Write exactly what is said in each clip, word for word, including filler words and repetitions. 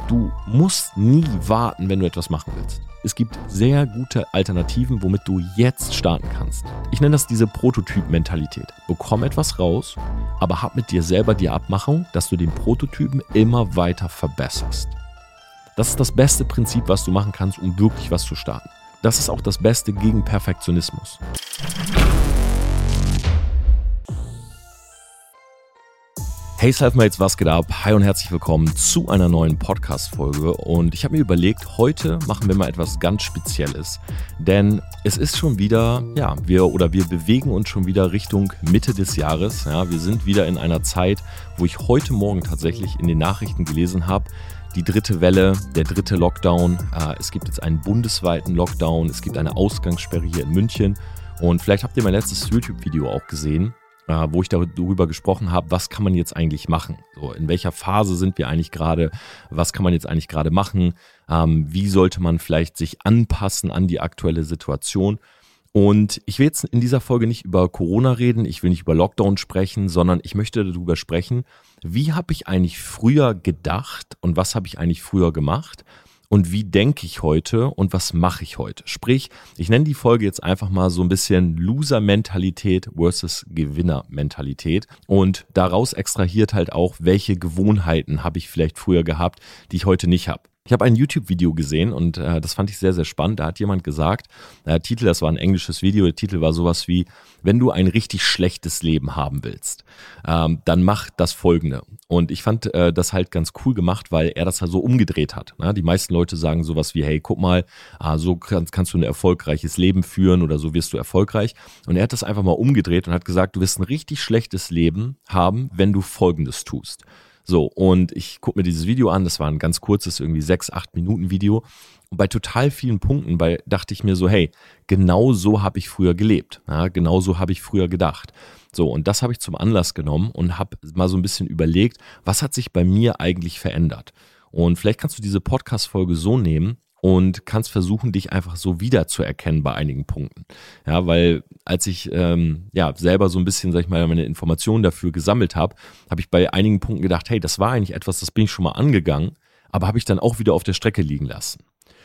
Du musst nie warten, wenn du etwas machen willst. Es gibt sehr gute Alternativen, womit du jetzt starten kannst. Ich nenne das diese Prototyp-Mentalität. Bekomm etwas raus, aber hab mit dir selber die Abmachung, dass du den Prototypen immer weiter verbesserst. Das ist das beste Prinzip, was du machen kannst, um wirklich was zu starten. Das ist auch das Beste gegen Perfektionismus. Hey Selfmates, was geht ab? Hi und herzlich willkommen zu einer neuen Podcast-Folge. Und ich habe mir überlegt, heute machen wir mal etwas ganz Spezielles. Denn es ist schon wieder, ja, wir oder wir bewegen uns schon wieder Richtung Mitte des Jahres. Ja, wir sind wieder in einer Zeit, wo ich heute Morgen tatsächlich in den Nachrichten gelesen habe, die dritte Welle, der dritte Lockdown. Es gibt jetzt einen bundesweiten Lockdown, es gibt eine Ausgangssperre hier in München. Und vielleicht habt ihr mein letztes YouTube-Video auch gesehen, wo ich darüber gesprochen habe, was kann man jetzt eigentlich machen? So, in welcher Phase sind wir eigentlich gerade? Was kann man jetzt eigentlich gerade machen? Ähm, wie sollte man vielleicht sich anpassen an die aktuelle Situation? Und ich will jetzt in dieser Folge nicht über Corona reden, ich will nicht über Lockdown sprechen, sondern ich möchte darüber sprechen, wie habe ich eigentlich früher gedacht und was habe ich eigentlich früher gemacht? Und wie denke ich heute und was mache ich heute? Sprich, ich nenne die Folge jetzt einfach mal so ein bisschen Loser-Mentalität versus Gewinner-Mentalität. Und daraus extrahiert halt auch, welche Gewohnheiten habe ich vielleicht früher gehabt, die ich heute nicht habe. Ich habe ein YouTube-Video gesehen und äh, das fand ich sehr, sehr spannend. Da hat jemand gesagt, der Titel, das war ein englisches Video, der Titel war sowas wie, wenn du ein richtig schlechtes Leben haben willst, ähm, dann mach das Folgende. Und ich fand äh, das halt ganz cool gemacht, weil er das halt so umgedreht hat. Ne? Die meisten Leute sagen sowas wie, hey, guck mal, äh, so kannst, kannst du ein erfolgreiches Leben führen oder so wirst du erfolgreich. Und er hat das einfach mal umgedreht und hat gesagt, du wirst ein richtig schlechtes Leben haben, wenn du Folgendes tust. So, und ich gucke mir dieses Video an, das war ein ganz kurzes, irgendwie sechs, acht Minuten Video. Und bei total vielen Punkten bei, dachte ich mir so, hey, genau so habe ich früher gelebt. Ja, genau so habe ich früher gedacht. So, und das habe ich zum Anlass genommen und habe mal so ein bisschen überlegt, was hat sich bei mir eigentlich verändert? Und vielleicht kannst du diese Podcast-Folge so nehmen und kannst versuchen, dich einfach so wiederzuerkennen bei einigen Punkten. Ja, weil als ich ähm, ja selber so ein bisschen, sag ich mal, meine Informationen dafür gesammelt habe, habe ich bei einigen Punkten gedacht, hey, das war eigentlich etwas, das bin ich schon mal angegangen, aber habe ich dann auch wieder auf der Strecke liegen lassen.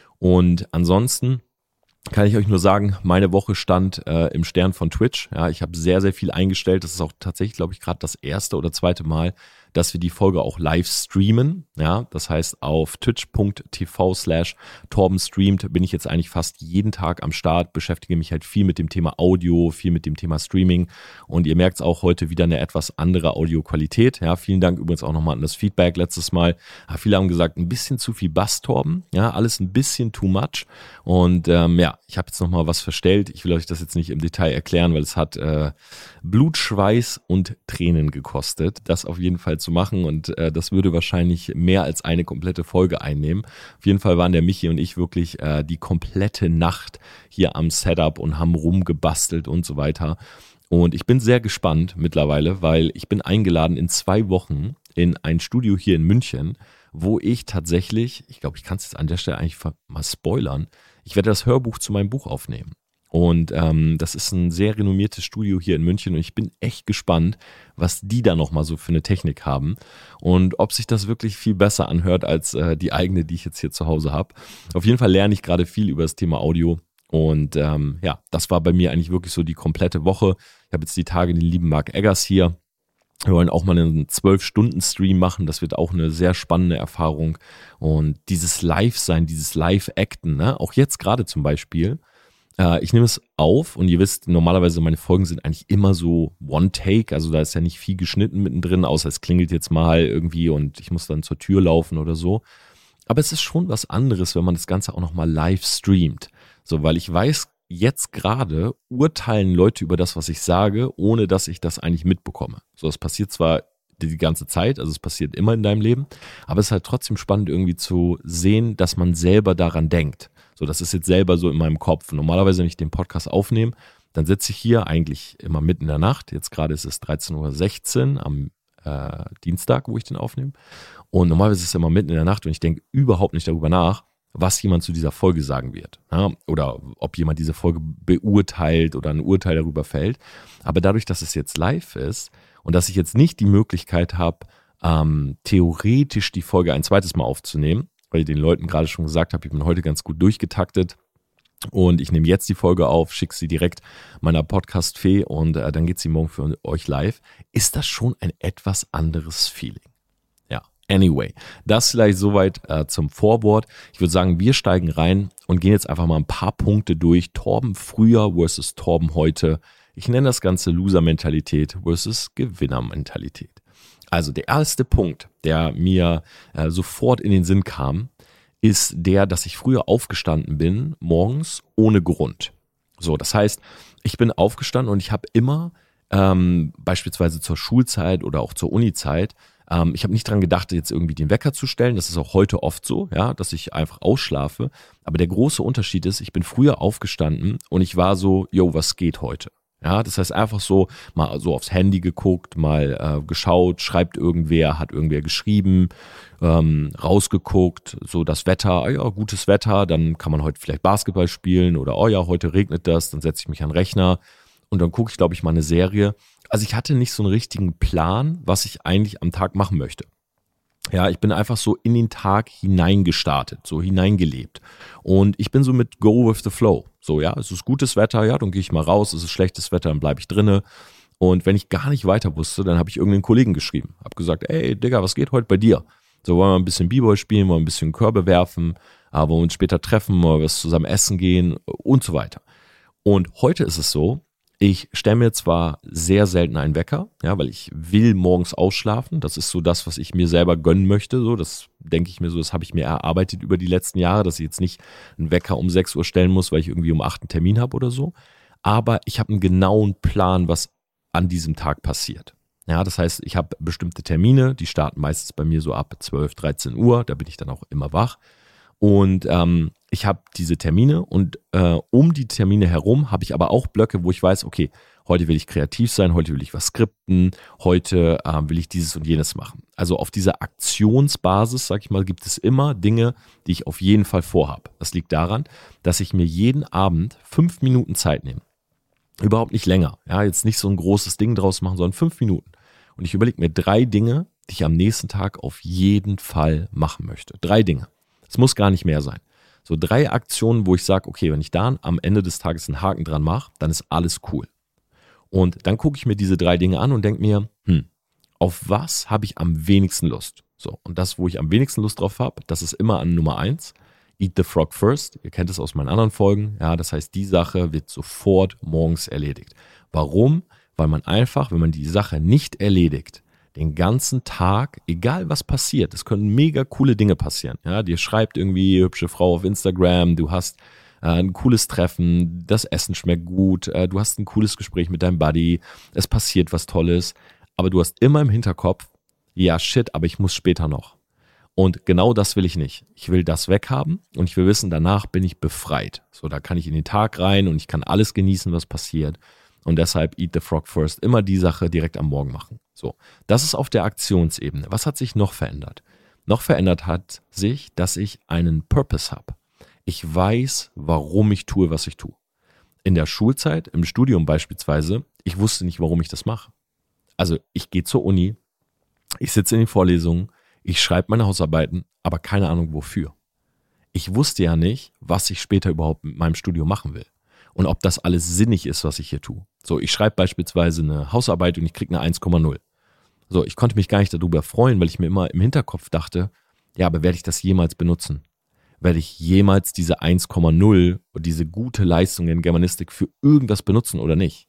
Und ansonsten kann ich euch nur sagen, meine Woche stand äh, im Stern von Twitch. Ja, ich habe sehr, sehr viel eingestellt. Das ist auch tatsächlich, glaube ich, gerade das erste oder zweite Mal, dass wir die Folge auch live streamen. Ja, das heißt, auf twitch.tv slash Torben streamt bin ich jetzt eigentlich fast jeden Tag am Start, beschäftige mich halt viel mit dem Thema Audio, viel mit dem Thema Streaming. Und ihr merkt es auch heute wieder eine etwas andere Audioqualität. Ja, vielen Dank übrigens auch nochmal an das Feedback letztes Mal. Ja, viele haben gesagt, ein bisschen zu viel Bass, Torben. Ja, alles ein bisschen too much. Und ähm, ja, ich habe jetzt nochmal was verstellt. Ich will euch das jetzt nicht im Detail erklären, weil es hat äh, Blut, Schweiß und Tränen gekostet, das auf jeden Fall zu machen. Und äh, das würde wahrscheinlich mehr als eine komplette Folge einnehmen. Auf jeden Fall waren der Michi und ich wirklich äh, die komplette Nacht hier am Setup und haben rumgebastelt und so weiter. Und ich bin sehr gespannt mittlerweile, weil ich bin eingeladen in zwei Wochen in ein Studio hier in München, wo ich tatsächlich, ich glaube, ich kann es jetzt an der Stelle eigentlich mal spoilern, ich werde das Hörbuch zu meinem Buch aufnehmen. Und ähm, das ist ein sehr renommiertes Studio hier in München und ich bin echt gespannt, was die da nochmal so für eine Technik haben und ob sich das wirklich viel besser anhört als äh, die eigene, die ich jetzt hier zu Hause habe. Auf jeden Fall lerne ich gerade viel über das Thema Audio und ähm, ja, das war bei mir eigentlich wirklich so die komplette Woche. Ich habe jetzt die Tage den lieben Mark Eggers hier. Wir wollen auch mal einen zwölf Stunden Stream machen, das wird auch eine sehr spannende Erfahrung und dieses Live-Sein, dieses Live-Acten, ne? Auch jetzt gerade zum Beispiel, äh, ich nehme es auf und ihr wisst, normalerweise meine Folgen sind eigentlich immer so One-Take, also da ist ja nicht viel geschnitten mittendrin, außer es klingelt jetzt mal irgendwie und ich muss dann zur Tür laufen oder so, aber es ist schon was anderes, wenn man das Ganze auch nochmal live streamt, so, weil ich weiß, jetzt gerade urteilen Leute über das, was ich sage, ohne dass ich das eigentlich mitbekomme. So, das passiert zwar die ganze Zeit, also es passiert immer in deinem Leben, aber es ist halt trotzdem spannend irgendwie zu sehen, dass man selber daran denkt. So, das ist jetzt selber so in meinem Kopf. Normalerweise, wenn ich den Podcast aufnehme, dann sitze ich hier eigentlich immer mitten in der Nacht. Jetzt gerade ist es dreizehn Uhr sechzehn am äh, Dienstag, wo ich den aufnehme. Und normalerweise ist es immer mitten in der Nacht und ich denke überhaupt nicht darüber nach, was jemand zu dieser Folge sagen wird. Ja? Oder ob jemand diese Folge beurteilt oder ein Urteil darüber fällt. Aber dadurch, dass es jetzt live ist und dass ich jetzt nicht die Möglichkeit habe, ähm, theoretisch die Folge ein zweites Mal aufzunehmen, weil ich den Leuten gerade schon gesagt habe, ich bin heute ganz gut durchgetaktet. Und ich nehme jetzt die Folge auf, schicke sie direkt meiner Podcast-Fee und äh, dann geht sie morgen für euch live. Ist das schon ein etwas anderes Feeling? Ja, anyway, das vielleicht soweit äh, zum Vorwort. Ich würde sagen, wir steigen rein und gehen jetzt einfach mal ein paar Punkte durch. Torben früher versus Torben heute. Ich nenne das Ganze Loser-Mentalität versus Gewinner-Mentalität. Also der erste Punkt, der mir äh, sofort in den Sinn kam, ist der, dass ich früher aufgestanden bin, morgens ohne Grund. So, das heißt, ich bin aufgestanden und ich habe immer, ähm, beispielsweise zur Schulzeit oder auch zur Unizeit, ähm, ich habe nicht dran gedacht, jetzt irgendwie den Wecker zu stellen. Das ist auch heute oft so, ja, dass ich einfach ausschlafe. Aber der große Unterschied ist, ich bin früher aufgestanden und ich war so, yo, was geht heute? Ja, das heißt einfach so, mal so aufs Handy geguckt, mal äh, geschaut, schreibt irgendwer, hat irgendwer geschrieben, ähm, rausgeguckt, so das Wetter, oh ja, gutes Wetter, dann kann man heute vielleicht Basketball spielen oder oh ja, heute regnet das, dann setze ich mich an den Rechner und dann gucke ich, glaube ich, mal eine Serie. Also ich hatte nicht so einen richtigen Plan, was ich eigentlich am Tag machen möchte. Ja, ich bin einfach so in den Tag hineingestartet, so hineingelebt. Und ich bin so mit Go with the Flow. So, ja, es ist gutes Wetter, ja, dann gehe ich mal raus. Es ist schlechtes Wetter, dann bleibe ich drinne. Und wenn ich gar nicht weiter wusste, dann habe ich irgendeinen Kollegen geschrieben. Habe gesagt, ey, Digga, was geht heute bei dir? So, wollen wir ein bisschen B-Boy spielen, wollen wir ein bisschen Körbe werfen, wollen wir uns später treffen, wollen wir was zusammen essen gehen und so weiter. Und heute ist es so, ich stelle mir zwar sehr selten einen Wecker, ja, weil ich will morgens ausschlafen. Das ist so das, was ich mir selber gönnen möchte. So, das denke ich mir so, das habe ich mir erarbeitet über die letzten Jahre, dass ich jetzt nicht einen Wecker um sechs Uhr stellen muss, weil ich irgendwie um acht einen Termin habe oder so. Aber ich habe einen genauen Plan, was an diesem Tag passiert. Ja, das heißt, ich habe bestimmte Termine, die starten meistens bei mir so ab zwölf, dreizehn Uhr. Da bin ich dann auch immer wach. Und ähm, ich habe diese Termine und äh, um die Termine herum habe ich aber auch Blöcke, wo ich weiß, okay, heute will ich kreativ sein, heute will ich was skripten, heute äh, will ich dieses und jenes machen. Also auf dieser Aktionsbasis, sag ich mal, gibt es immer Dinge, die ich auf jeden Fall vorhabe. Das liegt daran, dass ich mir jeden Abend fünf Minuten Zeit nehme. Überhaupt nicht länger. Ja, jetzt nicht so ein großes Ding draus machen, sondern fünf Minuten. Und ich überlege mir drei Dinge, die ich am nächsten Tag auf jeden Fall machen möchte. Drei Dinge. Es muss gar nicht mehr sein. So drei Aktionen, wo ich sage, okay, wenn ich da am Ende des Tages einen Haken dran mache, dann ist alles cool. Und dann gucke ich mir diese drei Dinge an und denke mir, hm, auf was habe ich am wenigsten Lust? So, und das, wo ich am wenigsten Lust drauf habe, das ist immer an Nummer eins. Eat the frog first. Ihr kennt es aus meinen anderen Folgen. Ja, das heißt, die Sache wird sofort morgens erledigt. Warum? Weil man einfach, wenn man die Sache nicht erledigt, den ganzen Tag, egal was passiert, es können mega coole Dinge passieren. Ja, dir schreibt irgendwie hübsche Frau auf Instagram, du hast äh, ein cooles Treffen, das Essen schmeckt gut, äh, du hast ein cooles Gespräch mit deinem Buddy, es passiert was Tolles, aber du hast immer im Hinterkopf, ja shit, aber ich muss später noch. Und genau das will ich nicht. Ich will das weghaben und ich will wissen, danach bin ich befreit. So, da kann ich in den Tag rein und ich kann alles genießen, was passiert. Und deshalb Eat the Frog First, immer die Sache direkt am Morgen machen. So, das ist auf der Aktionsebene. Was hat sich noch verändert? Noch verändert hat sich, dass ich einen Purpose habe. Ich weiß, warum ich tue, was ich tue. In der Schulzeit, im Studium beispielsweise, ich wusste nicht, warum ich das mache. Also ich gehe zur Uni, ich sitze in den Vorlesungen, ich schreibe meine Hausarbeiten, aber keine Ahnung wofür. Ich wusste ja nicht, was ich später überhaupt mit meinem Studium machen will. Und ob das alles sinnig ist, was ich hier tue. So, ich schreibe beispielsweise eine Hausarbeit und ich kriege eine eins Komma null. So, ich konnte mich gar nicht darüber freuen, weil ich mir immer im Hinterkopf dachte, ja, aber werde ich das jemals benutzen? Werde ich jemals diese eins Komma null und diese gute Leistung in Germanistik für irgendwas benutzen oder nicht?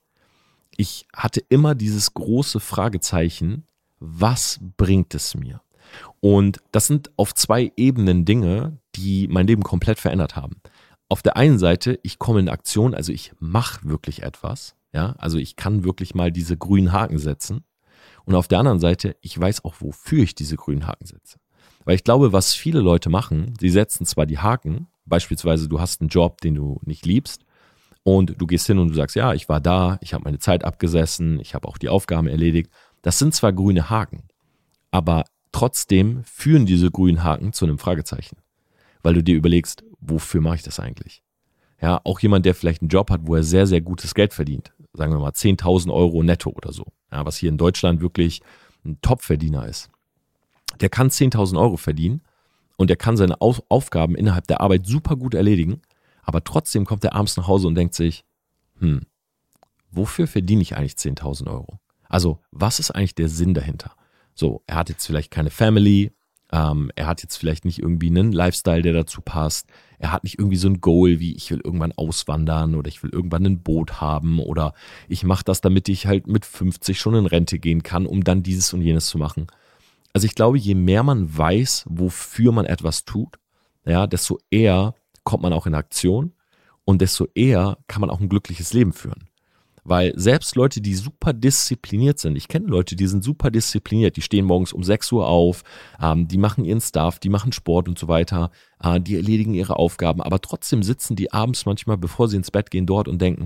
Ich hatte immer dieses große Fragezeichen, was bringt es mir? Und das sind auf zwei Ebenen Dinge, die mein Leben komplett verändert haben. Auf der einen Seite, ich komme in Aktion, also ich mache wirklich etwas, ja, also ich kann wirklich mal diese grünen Haken setzen. Und auf der anderen Seite, ich weiß auch, wofür ich diese grünen Haken setze. Weil ich glaube, was viele Leute machen, sie setzen zwar die Haken, beispielsweise du hast einen Job, den du nicht liebst und du gehst hin und du sagst, ja, ich war da, ich habe meine Zeit abgesessen, ich habe auch die Aufgaben erledigt. Das sind zwar grüne Haken, aber trotzdem führen diese grünen Haken zu einem Fragezeichen. Weil du dir überlegst, wofür mache ich das eigentlich? Ja, auch jemand, der vielleicht einen Job hat, wo er sehr, sehr gutes Geld verdient, sagen wir mal zehntausend Euro netto oder so, ja, was hier in Deutschland wirklich ein Top-Verdiener ist. Der kann zehntausend Euro verdienen, und er kann seine Auf- Aufgaben innerhalb der Arbeit super gut erledigen, aber trotzdem kommt er abends nach Hause und denkt sich, hm, wofür verdiene ich eigentlich zehntausend Euro? Also, was ist eigentlich der Sinn dahinter? So, er hat jetzt vielleicht keine Family, ähm, er hat jetzt vielleicht nicht irgendwie einen Lifestyle, der dazu passt, er hat nicht irgendwie so ein Goal, wie ich will irgendwann auswandern oder ich will irgendwann ein Boot haben oder ich mache das, damit ich halt mit fünfzig schon in Rente gehen kann, um dann dieses und jenes zu machen. Also ich glaube, je mehr man weiß, wofür man etwas tut, ja, desto eher kommt man auch in Aktion und desto eher kann man auch ein glückliches Leben führen. Weil selbst Leute, die super diszipliniert sind, ich kenne Leute, die sind super diszipliniert, die stehen morgens um sechs Uhr auf, ähm, die machen ihren Stuff, die machen Sport und so weiter, äh, die erledigen ihre Aufgaben, aber trotzdem sitzen die abends manchmal, bevor sie ins Bett gehen, dort und denken,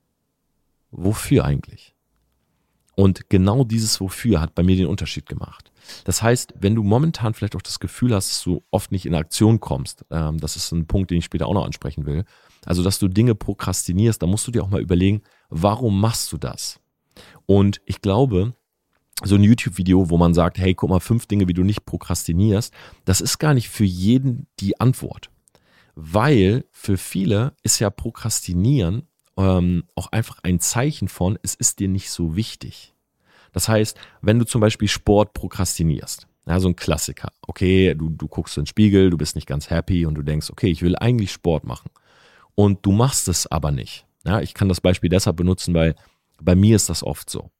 wofür eigentlich? Und genau dieses Wofür hat bei mir den Unterschied gemacht. Das heißt, wenn du momentan vielleicht auch das Gefühl hast, dass du oft nicht in Aktion kommst, ähm, das ist ein Punkt, den ich später auch noch ansprechen will, also dass du Dinge prokrastinierst, dann musst du dir auch mal überlegen, warum machst du das? Und ich glaube, so ein YouTube-Video, wo man sagt, hey, guck mal, fünf Dinge, wie du nicht prokrastinierst, das ist gar nicht für jeden die Antwort. Weil für viele ist ja Prokrastinieren ähm, auch einfach ein Zeichen von, es ist dir nicht so wichtig. Das heißt, wenn du zum Beispiel Sport prokrastinierst, ja, so ein Klassiker, okay, du, du guckst in den Spiegel, du bist nicht ganz happy und du denkst, okay, ich will eigentlich Sport machen und du machst es aber nicht. Ja, ich kann das Beispiel deshalb benutzen, weil bei mir ist das oft so.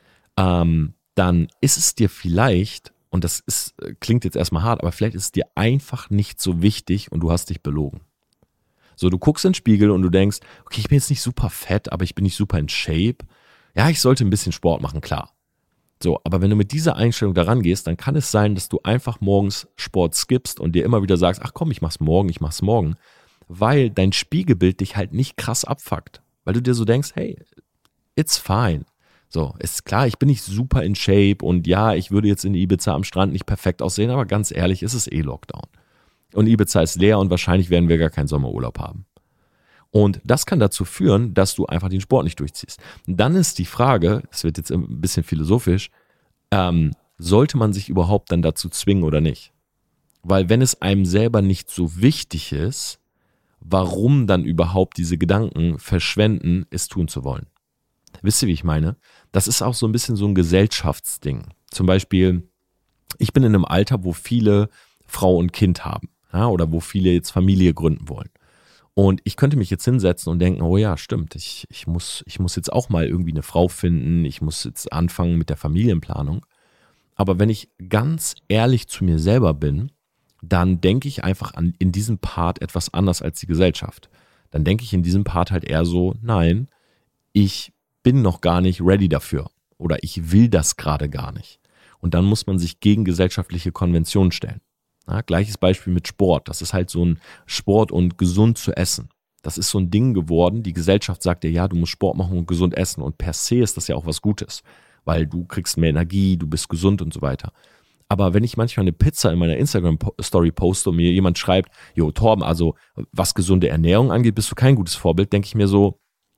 Ähm, dann ist es dir vielleicht, und das ist, klingt jetzt erstmal hart, aber vielleicht ist es dir einfach nicht so wichtig und du hast dich belogen. So, du guckst in den Spiegel und du denkst, okay, ich bin jetzt nicht super fett, aber ich bin nicht super in Shape. Ja, ich sollte ein bisschen Sport machen, klar. So, aber wenn du mit dieser Einstellung daran gehst, dann kann es sein, dass du einfach morgens Sport skippst und dir immer wieder sagst, ach komm, ich mach's morgen, ich mach's morgen, weil dein Spiegelbild dich halt nicht krass abfuckt, weil du dir so denkst, hey, it's fine. So, ist klar, ich bin nicht super in Shape und ja, ich würde jetzt in Ibiza am Strand nicht perfekt aussehen, aber ganz ehrlich, ist es eh Lockdown. Und Ibiza ist leer und wahrscheinlich werden wir gar keinen Sommerurlaub haben. Und das kann dazu führen, dass du einfach den Sport nicht durchziehst. Und dann ist die Frage, das wird jetzt ein bisschen philosophisch, ähm, sollte man sich überhaupt dann dazu zwingen oder nicht? Weil wenn es einem selber nicht so wichtig ist, warum dann überhaupt diese Gedanken verschwenden, es tun zu wollen? Wisst ihr, wie ich meine? Das ist auch so ein bisschen so ein Gesellschaftsding. Zum Beispiel, ich bin in einem Alter, wo viele Frau und Kind haben, ja, oder wo viele jetzt Familie gründen wollen. Und ich könnte mich jetzt hinsetzen und denken, oh ja, stimmt, ich, ich, muss, ich muss jetzt auch mal irgendwie eine Frau finden, ich muss jetzt anfangen mit der Familienplanung. Aber wenn ich ganz ehrlich zu mir selber bin, dann denke ich einfach an, in diesem Part etwas anders als die Gesellschaft. Dann denke ich in diesem Part halt eher so, nein, ich bin noch gar nicht ready dafür oder ich will das gerade gar nicht. Und dann muss man sich gegen gesellschaftliche Konventionen stellen. Ja, gleiches Beispiel mit Sport. Das ist halt so ein Sport und gesund zu essen. Das ist so ein Ding geworden. Die Gesellschaft sagt dir, ja, du musst Sport machen und gesund essen. Und per se ist das ja auch was Gutes, weil du kriegst mehr Energie, du bist gesund und so weiter. Aber wenn ich manchmal eine Pizza in meiner Instagram-Story poste und mir jemand schreibt, jo Torben, also was gesunde Ernährung angeht, bist du kein gutes Vorbild, denke ich mir so,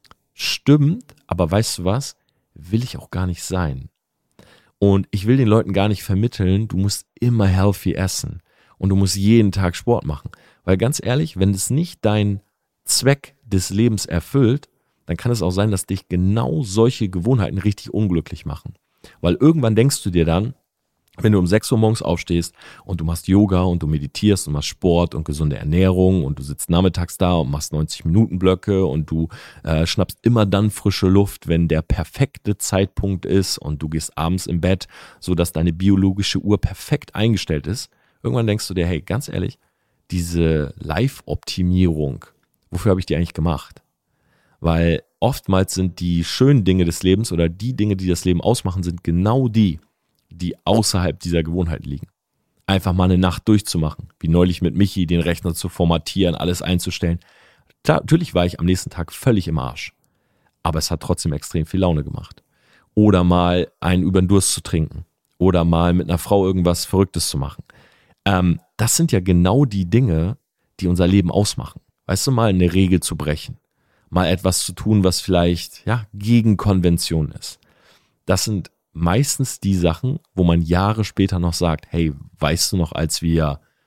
stimmt, aber weißt du was, will ich auch gar nicht sein. Und ich will den Leuten gar nicht vermitteln, du musst immer healthy essen. Und du musst jeden Tag Sport machen. Weil ganz ehrlich, wenn es nicht dein Zweck des Lebens erfüllt, dann kann es auch sein, dass dich genau solche Gewohnheiten richtig unglücklich machen. Weil irgendwann denkst du dir dann, wenn du um sechs Uhr morgens aufstehst und du machst Yoga und du meditierst und machst Sport und gesunde Ernährung und du sitzt nachmittags da und machst neunzig Minuten Blöcke und du äh, schnappst immer dann frische Luft, wenn der perfekte Zeitpunkt ist und du gehst abends im Bett, sodass deine biologische Uhr perfekt eingestellt ist. Irgendwann denkst du dir, hey, ganz ehrlich, diese Live-Optimierung, wofür habe ich die eigentlich gemacht? Weil oftmals sind die schönen Dinge des Lebens oder die Dinge, die das Leben ausmachen, sind genau die, die außerhalb dieser Gewohnheit liegen. Einfach mal eine Nacht durchzumachen, wie neulich mit Michi, den Rechner zu formatieren, alles einzustellen. Klar, natürlich war ich am nächsten Tag völlig im Arsch, aber es hat trotzdem extrem viel Laune gemacht. Oder mal einen über den Durst zu trinken oder mal mit einer Frau irgendwas Verrücktes zu machen. Ähm, das sind ja genau die Dinge, die unser Leben ausmachen. Weißt du, mal eine Regel zu brechen, mal etwas zu tun, was vielleicht ja gegen Konvention ist. Das sind meistens die Sachen, wo man Jahre später noch sagt, hey, weißt du noch, als wir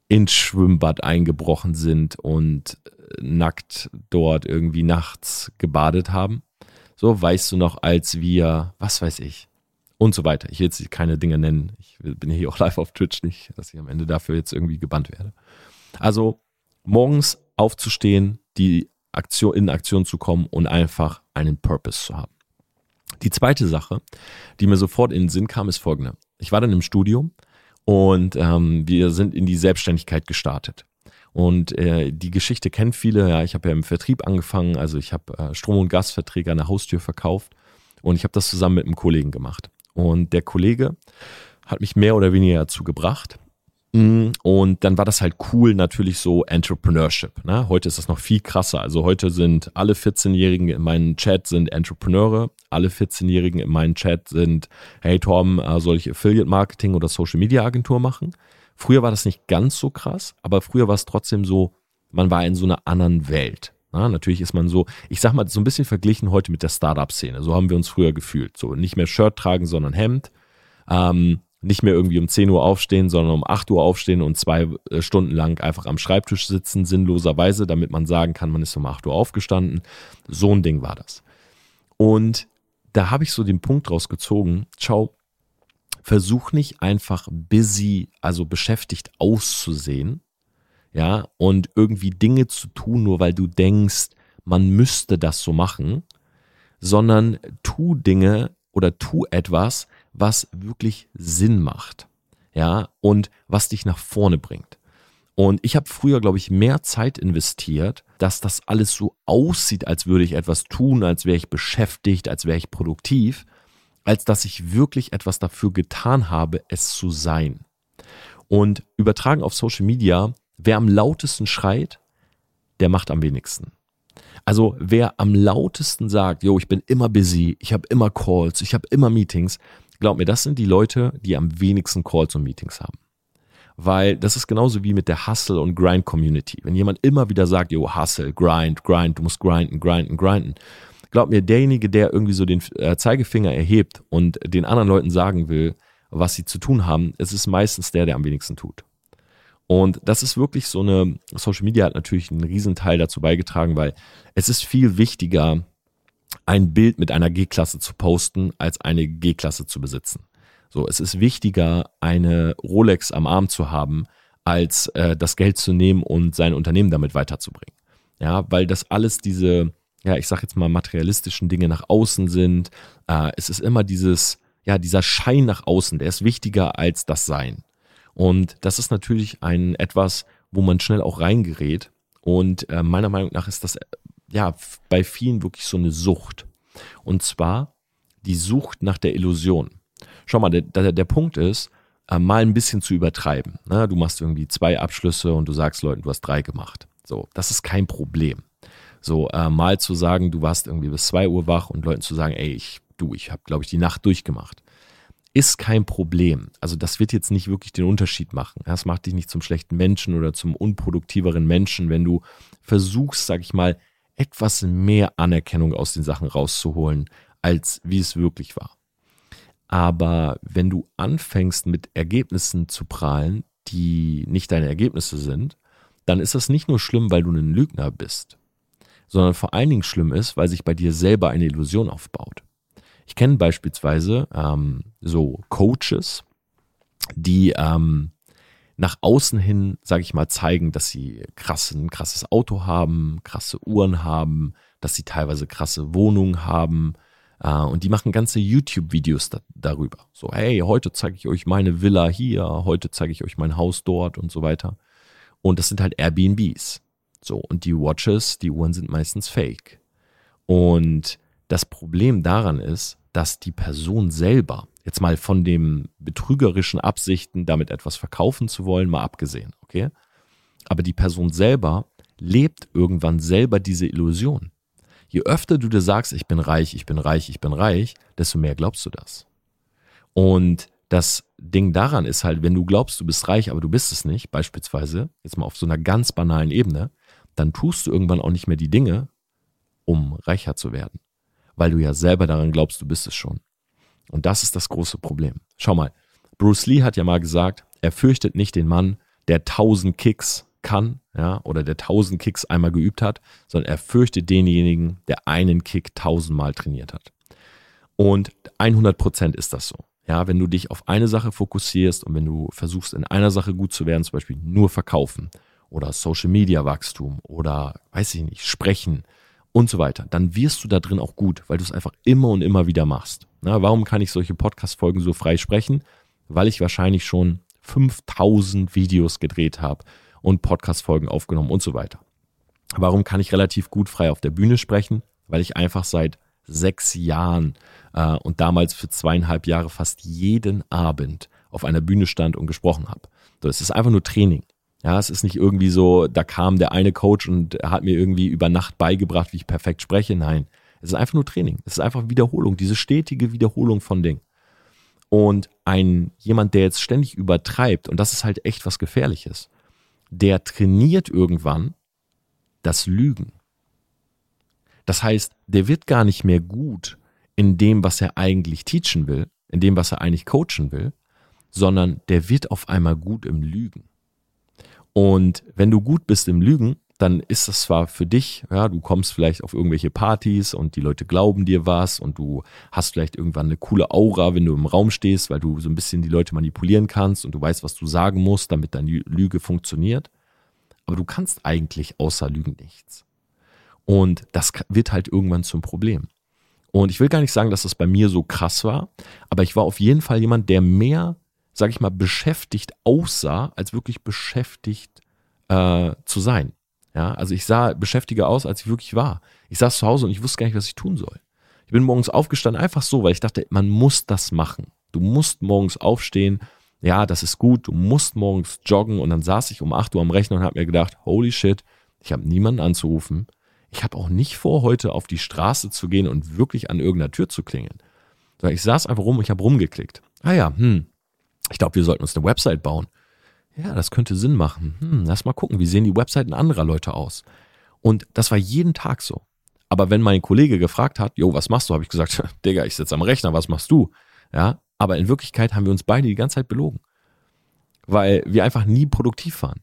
ins Schwimmbad eingebrochen sind und nackt dort irgendwie nachts gebadet haben. So, weißt du noch, als wir, was weiß ich, und so weiter. Ich will jetzt keine Dinge nennen. Ich bin hier auch live auf Twitch, nicht, dass ich am Ende dafür jetzt irgendwie gebannt werde. Also morgens aufzustehen, die Aktion, in Aktion zu kommen und einfach einen Purpose zu haben. Die zweite Sache, die mir sofort in den Sinn kam, ist folgende. Ich war dann im Studium und ähm, wir sind in die Selbstständigkeit gestartet. Und äh, die Geschichte kennen viele. Ja, ich habe ja im Vertrieb angefangen, also ich habe äh, Strom- und Gasverträge an der Haustür verkauft und ich habe das zusammen mit einem Kollegen gemacht. Und der Kollege hat mich mehr oder weniger dazu gebracht. Und dann war das halt cool, natürlich so Entrepreneurship. Ne? Heute ist das noch viel krasser. Also heute sind alle vierzehnjährigen in meinem Chat sind Entrepreneure. Alle vierzehnjährigen in meinem Chat sind, hey Torben, soll ich Affiliate-Marketing oder Social-Media-Agentur machen? Früher war das nicht ganz so krass, aber früher war es trotzdem so, man war in so einer anderen Welt. Na, natürlich ist man so, ich sag mal, so ein bisschen verglichen heute mit der Startup-Szene. So haben wir uns früher gefühlt. So nicht mehr Shirt tragen, sondern Hemd. Ähm, nicht mehr irgendwie um zehn Uhr aufstehen, sondern um acht Uhr aufstehen und zwei äh, Stunden lang einfach am Schreibtisch sitzen, sinnloserweise, damit man sagen kann, man ist um acht Uhr aufgestanden. So ein Ding war das. Und da habe ich so den Punkt draus gezogen, schau, versuch nicht einfach busy, also beschäftigt auszusehen, ja, und irgendwie Dinge zu tun, nur weil du denkst, man müsste das so machen, sondern tu Dinge oder tu etwas, was wirklich Sinn macht, ja, und was dich nach vorne bringt. Und ich habe früher, glaube ich, mehr Zeit investiert, dass das alles so aussieht, als würde ich etwas tun, als wäre ich beschäftigt, als wäre ich produktiv, als dass ich wirklich etwas dafür getan habe, es zu sein. Und übertragen auf Social Media, wer am lautesten schreit, der macht am wenigsten. Also wer am lautesten sagt, yo, ich bin immer busy, ich habe immer Calls, ich habe immer Meetings, glaub mir, das sind die Leute, die am wenigsten Calls und Meetings haben. Weil das ist genauso wie mit der Hustle- und Grind-Community. Wenn jemand immer wieder sagt, yo, Hustle, Grind, Grind, du musst grinden, grinden, grinden. Glaub mir, derjenige, der irgendwie so den Zeigefinger erhebt und den anderen Leuten sagen will, was sie zu tun haben, es ist meistens der, der am wenigsten tut. Und das ist wirklich so eine, Social Media hat natürlich einen Riesenteil dazu beigetragen, weil es ist viel wichtiger, ein Bild mit einer G-Klasse zu posten, als eine G-Klasse zu besitzen. So, es ist wichtiger, eine Rolex am Arm zu haben, als äh, das Geld zu nehmen und sein Unternehmen damit weiterzubringen. Ja, weil das alles diese, ja, ich sag jetzt mal materialistischen Dinge nach außen sind. Äh, es ist immer dieses, ja, dieser Schein nach außen, der ist wichtiger als das Sein. Und das ist natürlich ein etwas, wo man schnell auch reingerät. Und äh, meiner Meinung nach ist das äh, ja bei vielen wirklich so eine Sucht. Und zwar die Sucht nach der Illusion. Schau mal, der, der, der Punkt ist, äh, mal ein bisschen zu übertreiben. Ne? Du machst irgendwie zwei Abschlüsse und du sagst Leuten, du hast drei gemacht. So, das ist kein Problem. So, äh, mal zu sagen, du warst irgendwie bis zwei Uhr wach und Leuten zu sagen, ey, ich, du, ich habe, glaube ich, die Nacht durchgemacht. Ist kein Problem. Also das wird jetzt nicht wirklich den Unterschied machen. Das macht dich nicht zum schlechten Menschen oder zum unproduktiveren Menschen, wenn du versuchst, sag ich mal, etwas mehr Anerkennung aus den Sachen rauszuholen, als wie es wirklich war. Aber wenn du anfängst, mit Ergebnissen zu prahlen, die nicht deine Ergebnisse sind, dann ist das nicht nur schlimm, weil du ein Lügner bist, sondern vor allen Dingen schlimm ist, weil sich bei dir selber eine Illusion aufbaut. Ich kenne beispielsweise ähm, so Coaches, die ähm, nach außen hin, sage ich mal, zeigen, dass sie krass, ein krasses Auto haben, krasse Uhren haben, dass sie teilweise krasse Wohnungen haben. Äh, und die machen ganze YouTube-Videos da, darüber. So, hey, heute zeige ich euch meine Villa hier, heute zeige ich euch mein Haus dort und so weiter. Und das sind halt Airbnbs. So, und die Watches, die Uhren sind meistens fake. Und das Problem daran ist, dass die Person selber, jetzt mal von dem betrügerischen Absichten, damit etwas verkaufen zu wollen, mal abgesehen, okay? Aber die Person selber lebt irgendwann selber diese Illusion. Je öfter du dir sagst, ich bin reich, ich bin reich, ich bin reich, desto mehr glaubst du das. Und das Ding daran ist halt, wenn du glaubst, du bist reich, aber du bist es nicht, beispielsweise, jetzt mal auf so einer ganz banalen Ebene, dann tust du irgendwann auch nicht mehr die Dinge, um reicher zu werden. Weil du ja selber daran glaubst, du bist es schon. Und das ist das große Problem. Schau mal, Bruce Lee hat ja mal gesagt, er fürchtet nicht den Mann, der tausend Kicks kann, ja, oder der tausend Kicks einmal geübt hat, sondern er fürchtet denjenigen, der einen Kick tausendmal trainiert hat. Und hundert Prozent ist das so. Ja, wenn du dich auf eine Sache fokussierst und wenn du versuchst, in einer Sache gut zu werden, zum Beispiel nur verkaufen oder Social Media Wachstum oder, weiß ich nicht, sprechen und so weiter, dann wirst du da drin auch gut, weil du es einfach immer und immer wieder machst. Na, warum kann ich solche Podcast-Folgen so frei sprechen? Weil ich wahrscheinlich schon fünftausend Videos gedreht habe und Podcast-Folgen aufgenommen und so weiter. Warum kann ich relativ gut frei auf der Bühne sprechen? Weil ich einfach seit sechs Jahren äh, und damals für zweieinhalb Jahre fast jeden Abend auf einer Bühne stand und gesprochen habe. So, es ist einfach nur Training. Ja, es ist nicht irgendwie so, da kam der eine Coach und hat mir irgendwie über Nacht beigebracht, wie ich perfekt spreche. Nein, es ist einfach nur Training. Es ist einfach Wiederholung, diese stetige Wiederholung von Dingen. Und ein jemand, der jetzt ständig übertreibt, und das ist halt echt was Gefährliches, der trainiert irgendwann das Lügen. Das heißt, der wird gar nicht mehr gut in dem, was er eigentlich teachen will, in dem, was er eigentlich coachen will, sondern der wird auf einmal gut im Lügen. Und wenn du gut bist im Lügen, dann ist das zwar für dich, ja, du kommst vielleicht auf irgendwelche Partys und die Leute glauben dir was und du hast vielleicht irgendwann eine coole Aura, wenn du im Raum stehst, weil du so ein bisschen die Leute manipulieren kannst und du weißt, was du sagen musst, damit deine Lüge funktioniert. Aber du kannst eigentlich außer Lügen nichts. Und das wird halt irgendwann zum Problem. Und ich will gar nicht sagen, dass das bei mir so krass war, aber ich war auf jeden Fall jemand, der mehr, sag ich mal, beschäftigt aussah, als wirklich beschäftigt äh, zu sein. Ja, also ich sah beschäftiger aus, als ich wirklich war. Ich saß zu Hause und ich wusste gar nicht, was ich tun soll. Ich bin morgens aufgestanden, einfach so, weil ich dachte, man muss das machen. Du musst morgens aufstehen. Ja, das ist gut. Du musst morgens joggen. Und dann saß ich um acht Uhr am Rechner und habe mir gedacht, holy shit, ich habe niemanden anzurufen. Ich habe auch nicht vor, heute auf die Straße zu gehen und wirklich an irgendeiner Tür zu klingeln. Sondern ich saß einfach rum und ich habe rumgeklickt. Ah ja, hm, ich glaube, wir sollten uns eine Website bauen. Ja, das könnte Sinn machen. Hm, lass mal gucken, wie sehen die Webseiten anderer Leute aus? Und das war jeden Tag so. Aber wenn mein Kollege gefragt hat, jo, was machst du? Habe ich gesagt, Digga, ich sitze am Rechner, was machst du? Ja, aber in Wirklichkeit haben wir uns beide die ganze Zeit belogen. Weil wir einfach nie produktiv waren.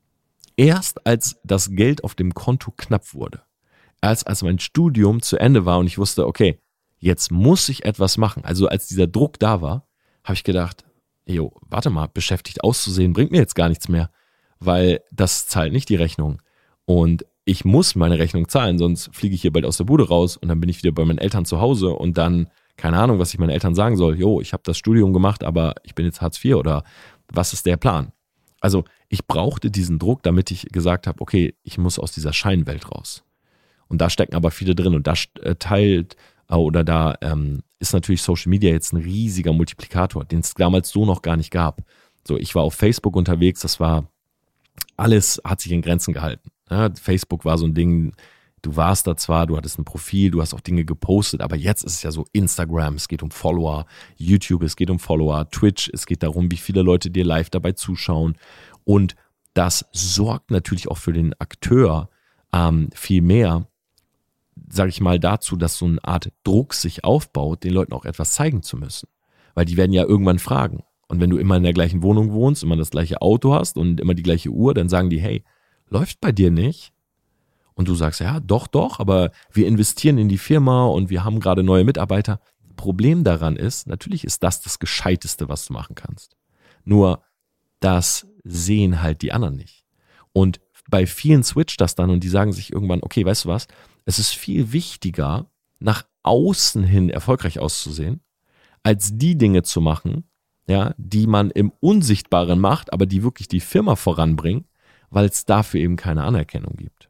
Erst als das Geld auf dem Konto knapp wurde, erst als mein Studium zu Ende war und ich wusste, okay, jetzt muss ich etwas machen. Also als dieser Druck da war, habe ich gedacht, jo, warte mal, beschäftigt auszusehen bringt mir jetzt gar nichts mehr, weil das zahlt nicht die Rechnung. Und ich muss meine Rechnung zahlen, sonst fliege ich hier bald aus der Bude raus und dann bin ich wieder bei meinen Eltern zu Hause und dann, keine Ahnung, was ich meinen Eltern sagen soll. Jo, ich habe das Studium gemacht, aber ich bin jetzt Hartz vier oder was ist der Plan? Also ich brauchte diesen Druck, damit ich gesagt habe, okay, ich muss aus dieser Scheinwelt raus. Und da stecken aber viele drin und da teilt oder da ähm, ist natürlich Social Media jetzt ein riesiger Multiplikator, den es damals so noch gar nicht gab. So, ich war auf Facebook unterwegs, das war, alles hat sich in Grenzen gehalten. Ja, Facebook war so ein Ding, du warst da zwar, du hattest ein Profil, du hast auch Dinge gepostet, aber jetzt ist es ja so Instagram, es geht um Follower, YouTube, es geht um Follower, Twitch, es geht darum, wie viele Leute dir live dabei zuschauen und das sorgt natürlich auch für den Akteur ähm, viel mehr, sage ich mal, dazu, dass so eine Art Druck sich aufbaut, den Leuten auch etwas zeigen zu müssen. Weil die werden ja irgendwann fragen. Und wenn du immer in der gleichen Wohnung wohnst, immer das gleiche Auto hast und immer die gleiche Uhr, dann sagen die, hey, läuft bei dir nicht? Und du sagst, ja, doch, doch, aber wir investieren in die Firma und wir haben gerade neue Mitarbeiter. Problem daran ist, natürlich ist das das Gescheiteste, was du machen kannst. Nur, das sehen halt die anderen nicht. Und bei vielen switcht das dann und die sagen sich irgendwann, okay, weißt du was, es ist viel wichtiger, nach außen hin erfolgreich auszusehen, als die Dinge zu machen, ja, die man im Unsichtbaren macht, aber die wirklich die Firma voranbringen, weil es dafür eben keine Anerkennung gibt.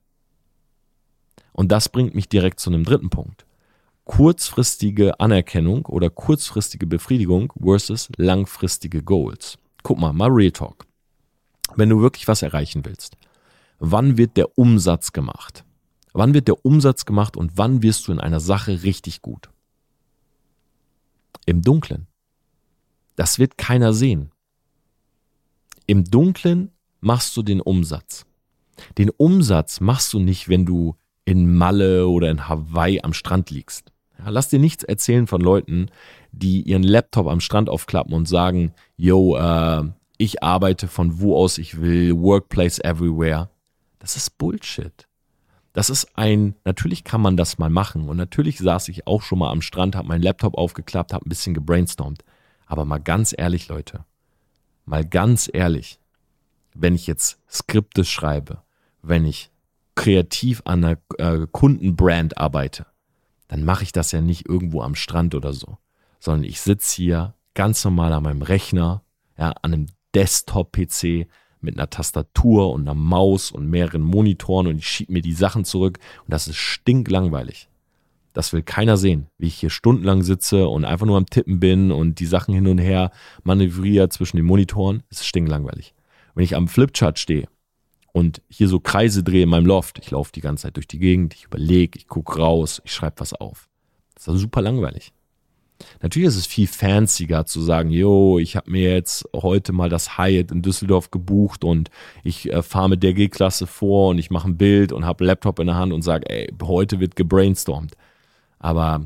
Und das bringt mich direkt zu einem dritten Punkt. Kurzfristige Anerkennung oder kurzfristige Befriedigung versus langfristige Goals. Guck mal, mal Real Talk. Wenn du wirklich was erreichen willst, wann wird der Umsatz gemacht? Wann wird der Umsatz gemacht und wann wirst du in einer Sache richtig gut? Im Dunklen. Das wird keiner sehen. Im Dunklen machst du den Umsatz. Den Umsatz machst du nicht, wenn du in Malle oder in Hawaii am Strand liegst. Ja, lass dir nichts erzählen von Leuten, die ihren Laptop am Strand aufklappen und sagen, yo, äh, ich arbeite von wo aus ich will, Workplace everywhere. Das ist Bullshit. Das ist ein, natürlich kann man das mal machen und natürlich saß ich auch schon mal am Strand, habe meinen Laptop aufgeklappt, habe ein bisschen gebrainstormt. Aber mal ganz ehrlich, Leute, mal ganz ehrlich, wenn ich jetzt Skripte schreibe, wenn ich kreativ an einer äh, Kundenbrand arbeite, dann mache ich das ja nicht irgendwo am Strand oder so, sondern ich sitze hier ganz normal an meinem Rechner, ja, an einem Desktop-P C mit einer Tastatur und einer Maus und mehreren Monitoren und ich schiebe mir die Sachen zurück und das ist stinklangweilig. Das will keiner sehen, wie ich hier stundenlang sitze und einfach nur am Tippen bin und die Sachen hin und her manövriere zwischen den Monitoren. Das ist stinklangweilig. Wenn ich am Flipchart stehe und hier so Kreise drehe in meinem Loft, ich laufe die ganze Zeit durch die Gegend, ich überlege, ich gucke raus, ich schreibe was auf. Das ist super langweilig. Natürlich ist es viel fancier zu sagen, yo, ich habe mir jetzt heute mal das Hyatt in Düsseldorf gebucht und ich äh, fahre mit der G-Klasse vor und ich mache ein Bild und habe einen Laptop in der Hand und sage, ey, heute wird gebrainstormt. Aber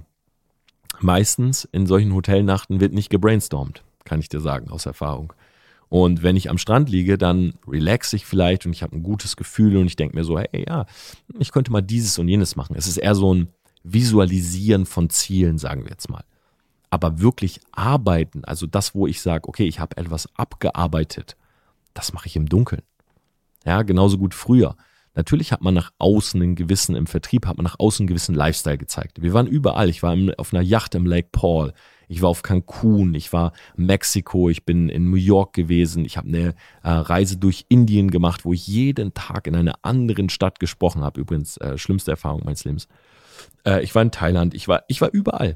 meistens in solchen Hotelnachten wird nicht gebrainstormt, kann ich dir sagen, aus Erfahrung. Und wenn ich am Strand liege, dann relaxe ich vielleicht und ich habe ein gutes Gefühl und ich denke mir so, hey, ja, ich könnte mal dieses und jenes machen. Es ist eher so ein Visualisieren von Zielen, sagen wir jetzt mal. Aber wirklich arbeiten, also das, wo ich sage, okay, ich habe etwas abgearbeitet, das mache ich im Dunkeln. Ja, genauso gut früher. Natürlich hat man nach außen einen gewissen, im Vertrieb hat man nach außen einen gewissen Lifestyle gezeigt. Wir waren überall. Ich war im, auf einer Yacht im Lake Paul. Ich war auf Cancun. Ich war in Mexiko. Ich bin in New York gewesen. Ich habe eine äh, Reise durch Indien gemacht, wo ich jeden Tag in einer anderen Stadt gesprochen habe. Übrigens, äh, schlimmste Erfahrung meines Lebens. Äh, ich war in Thailand. Ich war, ich war überall.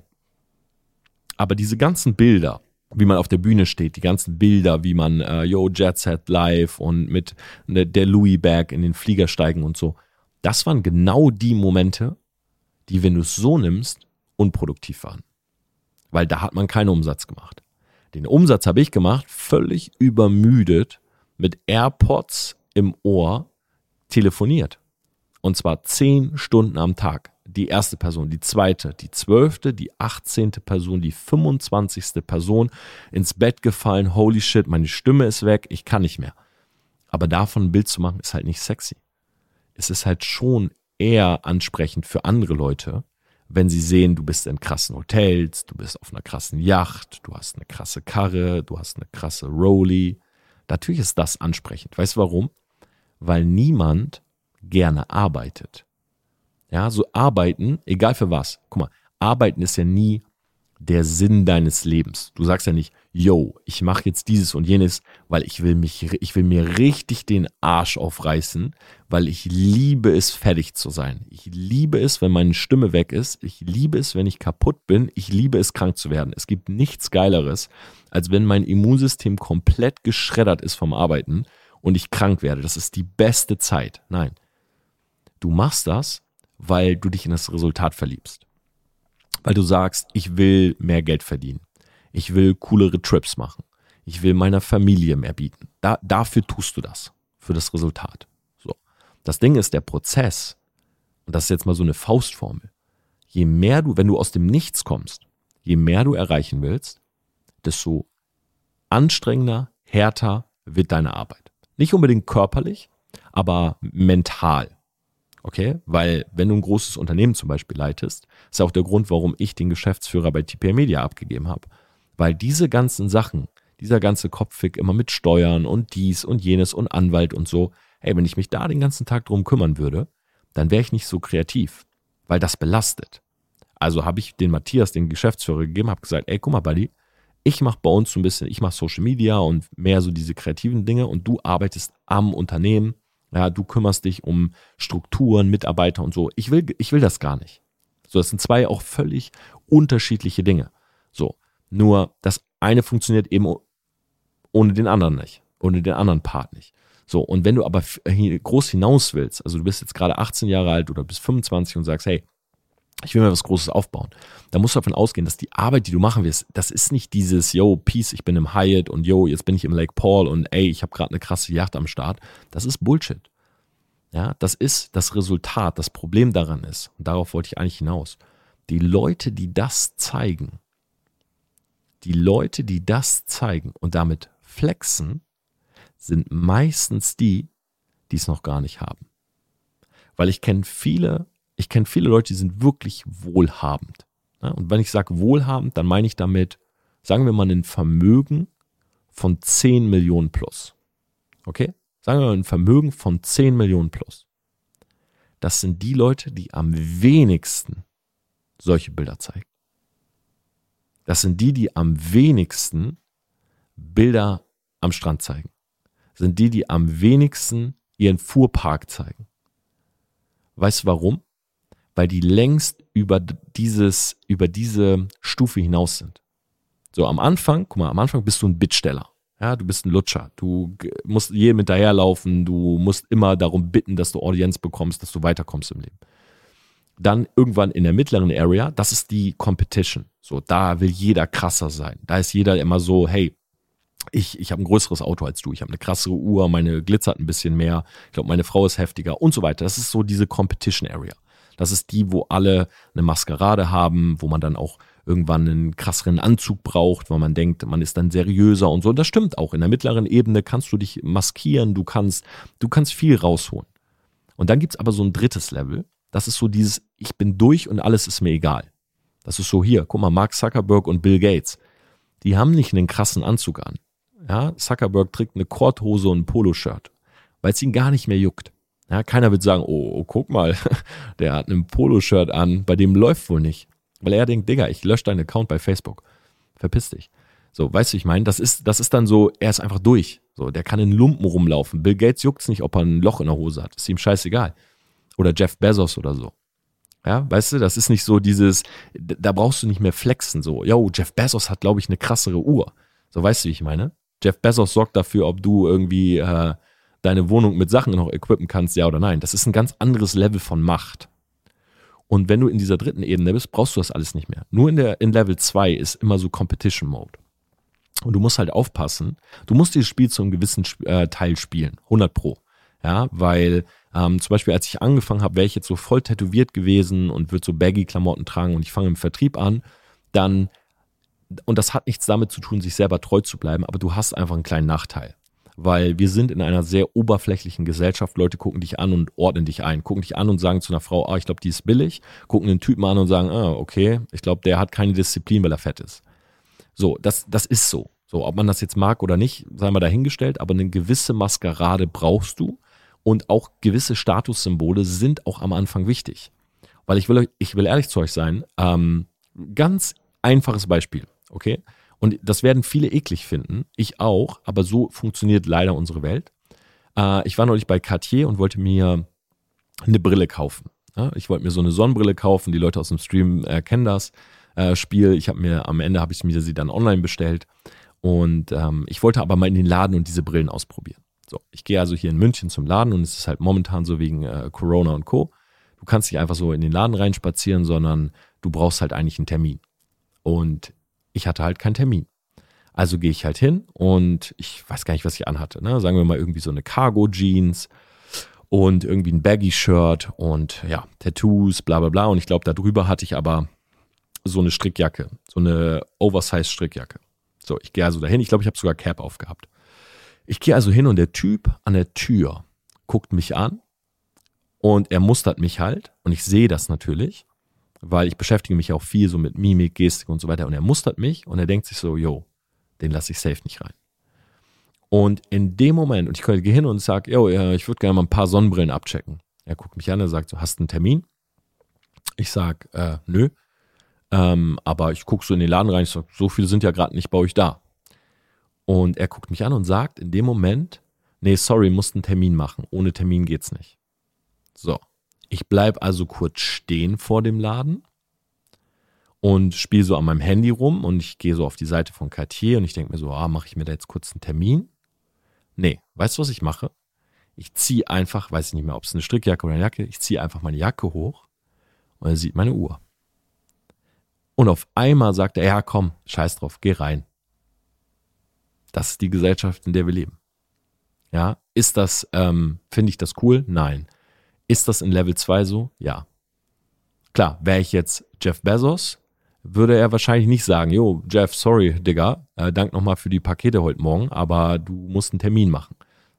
Aber diese ganzen Bilder, wie man auf der Bühne steht, die ganzen Bilder, wie man, äh, yo, Jet Set live und mit ne, der Louis Bag in den Flieger steigen und so, das waren genau die Momente, die, wenn du es so nimmst, unproduktiv waren. Weil da hat man keinen Umsatz gemacht. Den Umsatz habe ich gemacht, völlig übermüdet, mit AirPods im Ohr telefoniert. Und zwar zehn Stunden am Tag. Die erste Person, die zweite, die zwölfte, die achtzehnte Person, die fünfundzwanzigste Person, ins Bett gefallen, holy shit, meine Stimme ist weg, ich kann nicht mehr. Aber davon ein Bild zu machen, ist halt nicht sexy. Es ist halt schon eher ansprechend für andere Leute, wenn sie sehen, du bist in krassen Hotels, du bist auf einer krassen Yacht, du hast eine krasse Karre, du hast eine krasse Rolli. Natürlich ist das ansprechend. Weißt du warum? Weil niemand gerne arbeitet. Ja, so arbeiten, egal für was. Guck mal, arbeiten ist ja nie der Sinn deines Lebens. Du sagst ja nicht, yo, ich mache jetzt dieses und jenes, weil ich will mich, ich will mir richtig den Arsch aufreißen, weil ich liebe es, fertig zu sein. Ich liebe es, wenn meine Stimme weg ist. Ich liebe es, wenn ich kaputt bin. Ich liebe es, krank zu werden. Es gibt nichts Geileres, als wenn mein Immunsystem komplett geschreddert ist vom Arbeiten und ich krank werde. Das ist die beste Zeit. Nein, du machst das, weil du dich in das Resultat verliebst. Weil du sagst, ich will mehr Geld verdienen. Ich will coolere Trips machen. Ich will meiner Familie mehr bieten. Da, dafür tust du das, für das Resultat. So. Das Ding ist, der Prozess, und das ist jetzt mal so eine Faustformel, je mehr du, wenn du aus dem Nichts kommst, je mehr du erreichen willst, desto anstrengender, härter wird deine Arbeit. Nicht unbedingt körperlich, aber mental. Okay, weil wenn du ein großes Unternehmen zum Beispiel leitest, ist auch der Grund, warum ich den Geschäftsführer bei T P M Media abgegeben habe. Weil diese ganzen Sachen, dieser ganze Kopffick immer mit Steuern und dies und jenes und Anwalt und so, hey, wenn ich mich da den ganzen Tag drum kümmern würde, dann wäre ich nicht so kreativ, weil das belastet. Also habe ich den Matthias, den Geschäftsführer, gegeben, habe gesagt, ey, guck mal, Buddy, ich mache bei uns so ein bisschen, ich mache Social Media und mehr so diese kreativen Dinge und du arbeitest am Unternehmen. Ja, du kümmerst dich um Strukturen, Mitarbeiter und so. Ich will, ich will das gar nicht. So, das sind zwei auch völlig unterschiedliche Dinge. So, nur das eine funktioniert eben ohne den anderen nicht, ohne den anderen Part nicht. So, und wenn du aber groß hinaus willst, also du bist jetzt gerade achtzehn Jahre alt oder bist fünfundzwanzig und sagst, hey, ich will mir was Großes aufbauen, dann musst du davon ausgehen, dass die Arbeit, die du machen wirst, das ist nicht dieses, yo, peace, ich bin im Hyatt und yo, jetzt bin ich im Lake Paul und ey, ich habe gerade eine krasse Yacht am Start. Das ist Bullshit. Ja, das ist das Resultat. Das Problem daran ist, und darauf wollte ich eigentlich hinaus, die Leute, die das zeigen, die Leute, die das zeigen und damit flexen, sind meistens die, die es noch gar nicht haben. Weil ich kenne viele, ich kenne viele Leute, die sind wirklich wohlhabend. Ja, und wenn ich sage wohlhabend, dann meine ich damit, sagen wir mal, ein Vermögen von zehn Millionen plus. Okay? Sagen wir mal ein Vermögen von zehn Millionen plus. Das sind die Leute, die am wenigsten solche Bilder zeigen. Das sind die, die am wenigsten Bilder am Strand zeigen. Das sind die, die am wenigsten ihren Fuhrpark zeigen. Weißt du warum? Weil die längst über dieses, über diese Stufe hinaus sind. So am Anfang, guck mal, am Anfang bist du ein Bittsteller. Ja, du bist ein Lutscher. Du musst jedem hinterherlaufen. Du musst immer darum bitten, dass du Audienz bekommst, dass du weiterkommst im Leben. Dann irgendwann in der mittleren Area, das ist die Competition. So, da will jeder krasser sein. Da ist jeder immer so, hey, ich, ich habe ein größeres Auto als du, ich habe eine krassere Uhr, meine glitzert ein bisschen mehr, ich glaube, meine Frau ist heftiger und so weiter. Das ist so diese Competition Area. Das ist die, wo alle eine Maskerade haben, wo man dann auch irgendwann einen krasseren Anzug braucht, weil man denkt, man ist dann seriöser und so. Und das stimmt auch. In der mittleren Ebene kannst du dich maskieren, du kannst, du kannst viel rausholen. Und dann gibt es aber so ein drittes Level. Das ist so dieses, ich bin durch und alles ist mir egal. Das ist so hier, guck mal, Mark Zuckerberg und Bill Gates. Die haben nicht einen krassen Anzug an. Ja, Zuckerberg trägt eine Korthose und ein Poloshirt, weil es ihn gar nicht mehr juckt. Ja, keiner wird sagen, oh, oh, guck mal, der hat ein Poloshirt an, bei dem läuft wohl nicht. Weil er denkt, Digga, ich lösche deinen Account bei Facebook. Verpiss dich. So, weißt du, ich meine, das ist, das ist dann so, er ist einfach durch. So, der kann in Lumpen rumlaufen. Bill Gates juckt's nicht, ob er ein Loch in der Hose hat. Ist ihm scheißegal. Oder Jeff Bezos oder so. Ja, weißt du, das ist nicht so dieses, da brauchst du nicht mehr flexen. So, yo, Jeff Bezos hat, glaube ich, eine krassere Uhr. So, weißt du, wie ich meine? Jeff Bezos sorgt dafür, ob du irgendwie äh, deine Wohnung mit Sachen noch equippen kannst, ja oder nein. Das ist ein ganz anderes Level von Macht. Und wenn du in dieser dritten Ebene bist, brauchst du das alles nicht mehr. Nur in der in Level zwei ist immer so Competition Mode. Und du musst halt aufpassen. Du musst dieses Spiel zu einem gewissen äh, Teil spielen. hundert Pro. Ja, weil ähm, zum Beispiel, als ich angefangen habe, wäre ich jetzt so voll tätowiert gewesen und würde so Baggy-Klamotten tragen und ich fange im Vertrieb an, dann, und das hat nichts damit zu tun, sich selber treu zu bleiben, aber du hast einfach einen kleinen Nachteil. Weil wir sind in einer sehr oberflächlichen Gesellschaft. Leute gucken dich an und ordnen dich ein. Gucken dich an und sagen zu einer Frau, ah, ich glaube, die ist billig. Gucken den Typen an und sagen, ah, okay, ich glaube, der hat keine Disziplin, weil er fett ist. So, das, das ist so. So, ob man das jetzt mag oder nicht, sei mal dahingestellt, aber eine gewisse Maskerade brauchst du und auch gewisse Statussymbole sind auch am Anfang wichtig. Weil ich will euch, ich will ehrlich zu euch sein, ähm, ganz einfaches Beispiel, okay? Und das werden viele eklig finden, ich auch, aber so funktioniert leider unsere Welt. Äh, ich war neulich bei Cartier und wollte mir eine Brille kaufen. Ja, ich wollte mir so eine Sonnenbrille kaufen, die Leute aus dem Stream äh, kennen das äh, Spiel. Ich habe mir, am Ende habe ich mir sie dann online bestellt und ähm, ich wollte aber mal in den Laden und diese Brillen ausprobieren. So, ich gehe also hier in München zum Laden und es ist halt momentan so wegen äh, Corona und Co. Du kannst nicht einfach so in den Laden reinspazieren, sondern du brauchst halt eigentlich einen Termin. Und ich hatte halt keinen Termin. Also gehe ich halt hin und ich weiß gar nicht, was ich anhatte. Ne? Sagen wir mal irgendwie so eine Cargo-Jeans und irgendwie ein Baggy-Shirt und ja, Tattoos, bla bla bla. Und ich glaube, darüber hatte ich aber so eine Strickjacke, so eine Oversize-Strickjacke. So, ich gehe also dahin. Ich glaube, ich habe sogar Cap aufgehabt. Ich gehe also hin und der Typ an der Tür guckt mich an und er mustert mich halt und ich sehe das natürlich, weil ich beschäftige mich auch viel so mit Mimik, Gestik und so weiter. Und er mustert mich und er denkt sich so, yo, den lasse ich safe nicht rein. Und in dem Moment, und ich gehe hin und sage, yo, ich würde gerne mal ein paar Sonnenbrillen abchecken. Er guckt mich an, er sagt so, hast du einen Termin? Ich sage, äh, nö. Ähm, aber ich gucke so in den Laden rein, ich sage, so viele sind ja gerade nicht bei euch da. Und er guckt mich an und sagt in dem Moment, nee, sorry, musst einen Termin machen. Ohne Termin geht's nicht. So. Ich bleibe also kurz stehen vor dem Laden und spiele so an meinem Handy rum und ich gehe so auf die Seite von Cartier und ich denke mir so, ah, mache ich mir da jetzt kurz einen Termin? Nee, weißt du, was ich mache? Ich ziehe einfach, weiß ich nicht mehr, ob es eine Strickjacke oder eine Jacke, ich ziehe einfach meine Jacke hoch und er sieht meine Uhr. Und auf einmal sagt er, ja komm, scheiß drauf, geh rein. Das ist die Gesellschaft, in der wir leben. Ja, ist das, ähm, finde ich das cool? Nein. Ist das in Level zwei so? Ja. Klar, wäre ich jetzt Jeff Bezos, würde er wahrscheinlich nicht sagen, jo, Jeff, sorry, Digga, äh, dank nochmal für die Pakete heute Morgen, aber du musst einen Termin machen.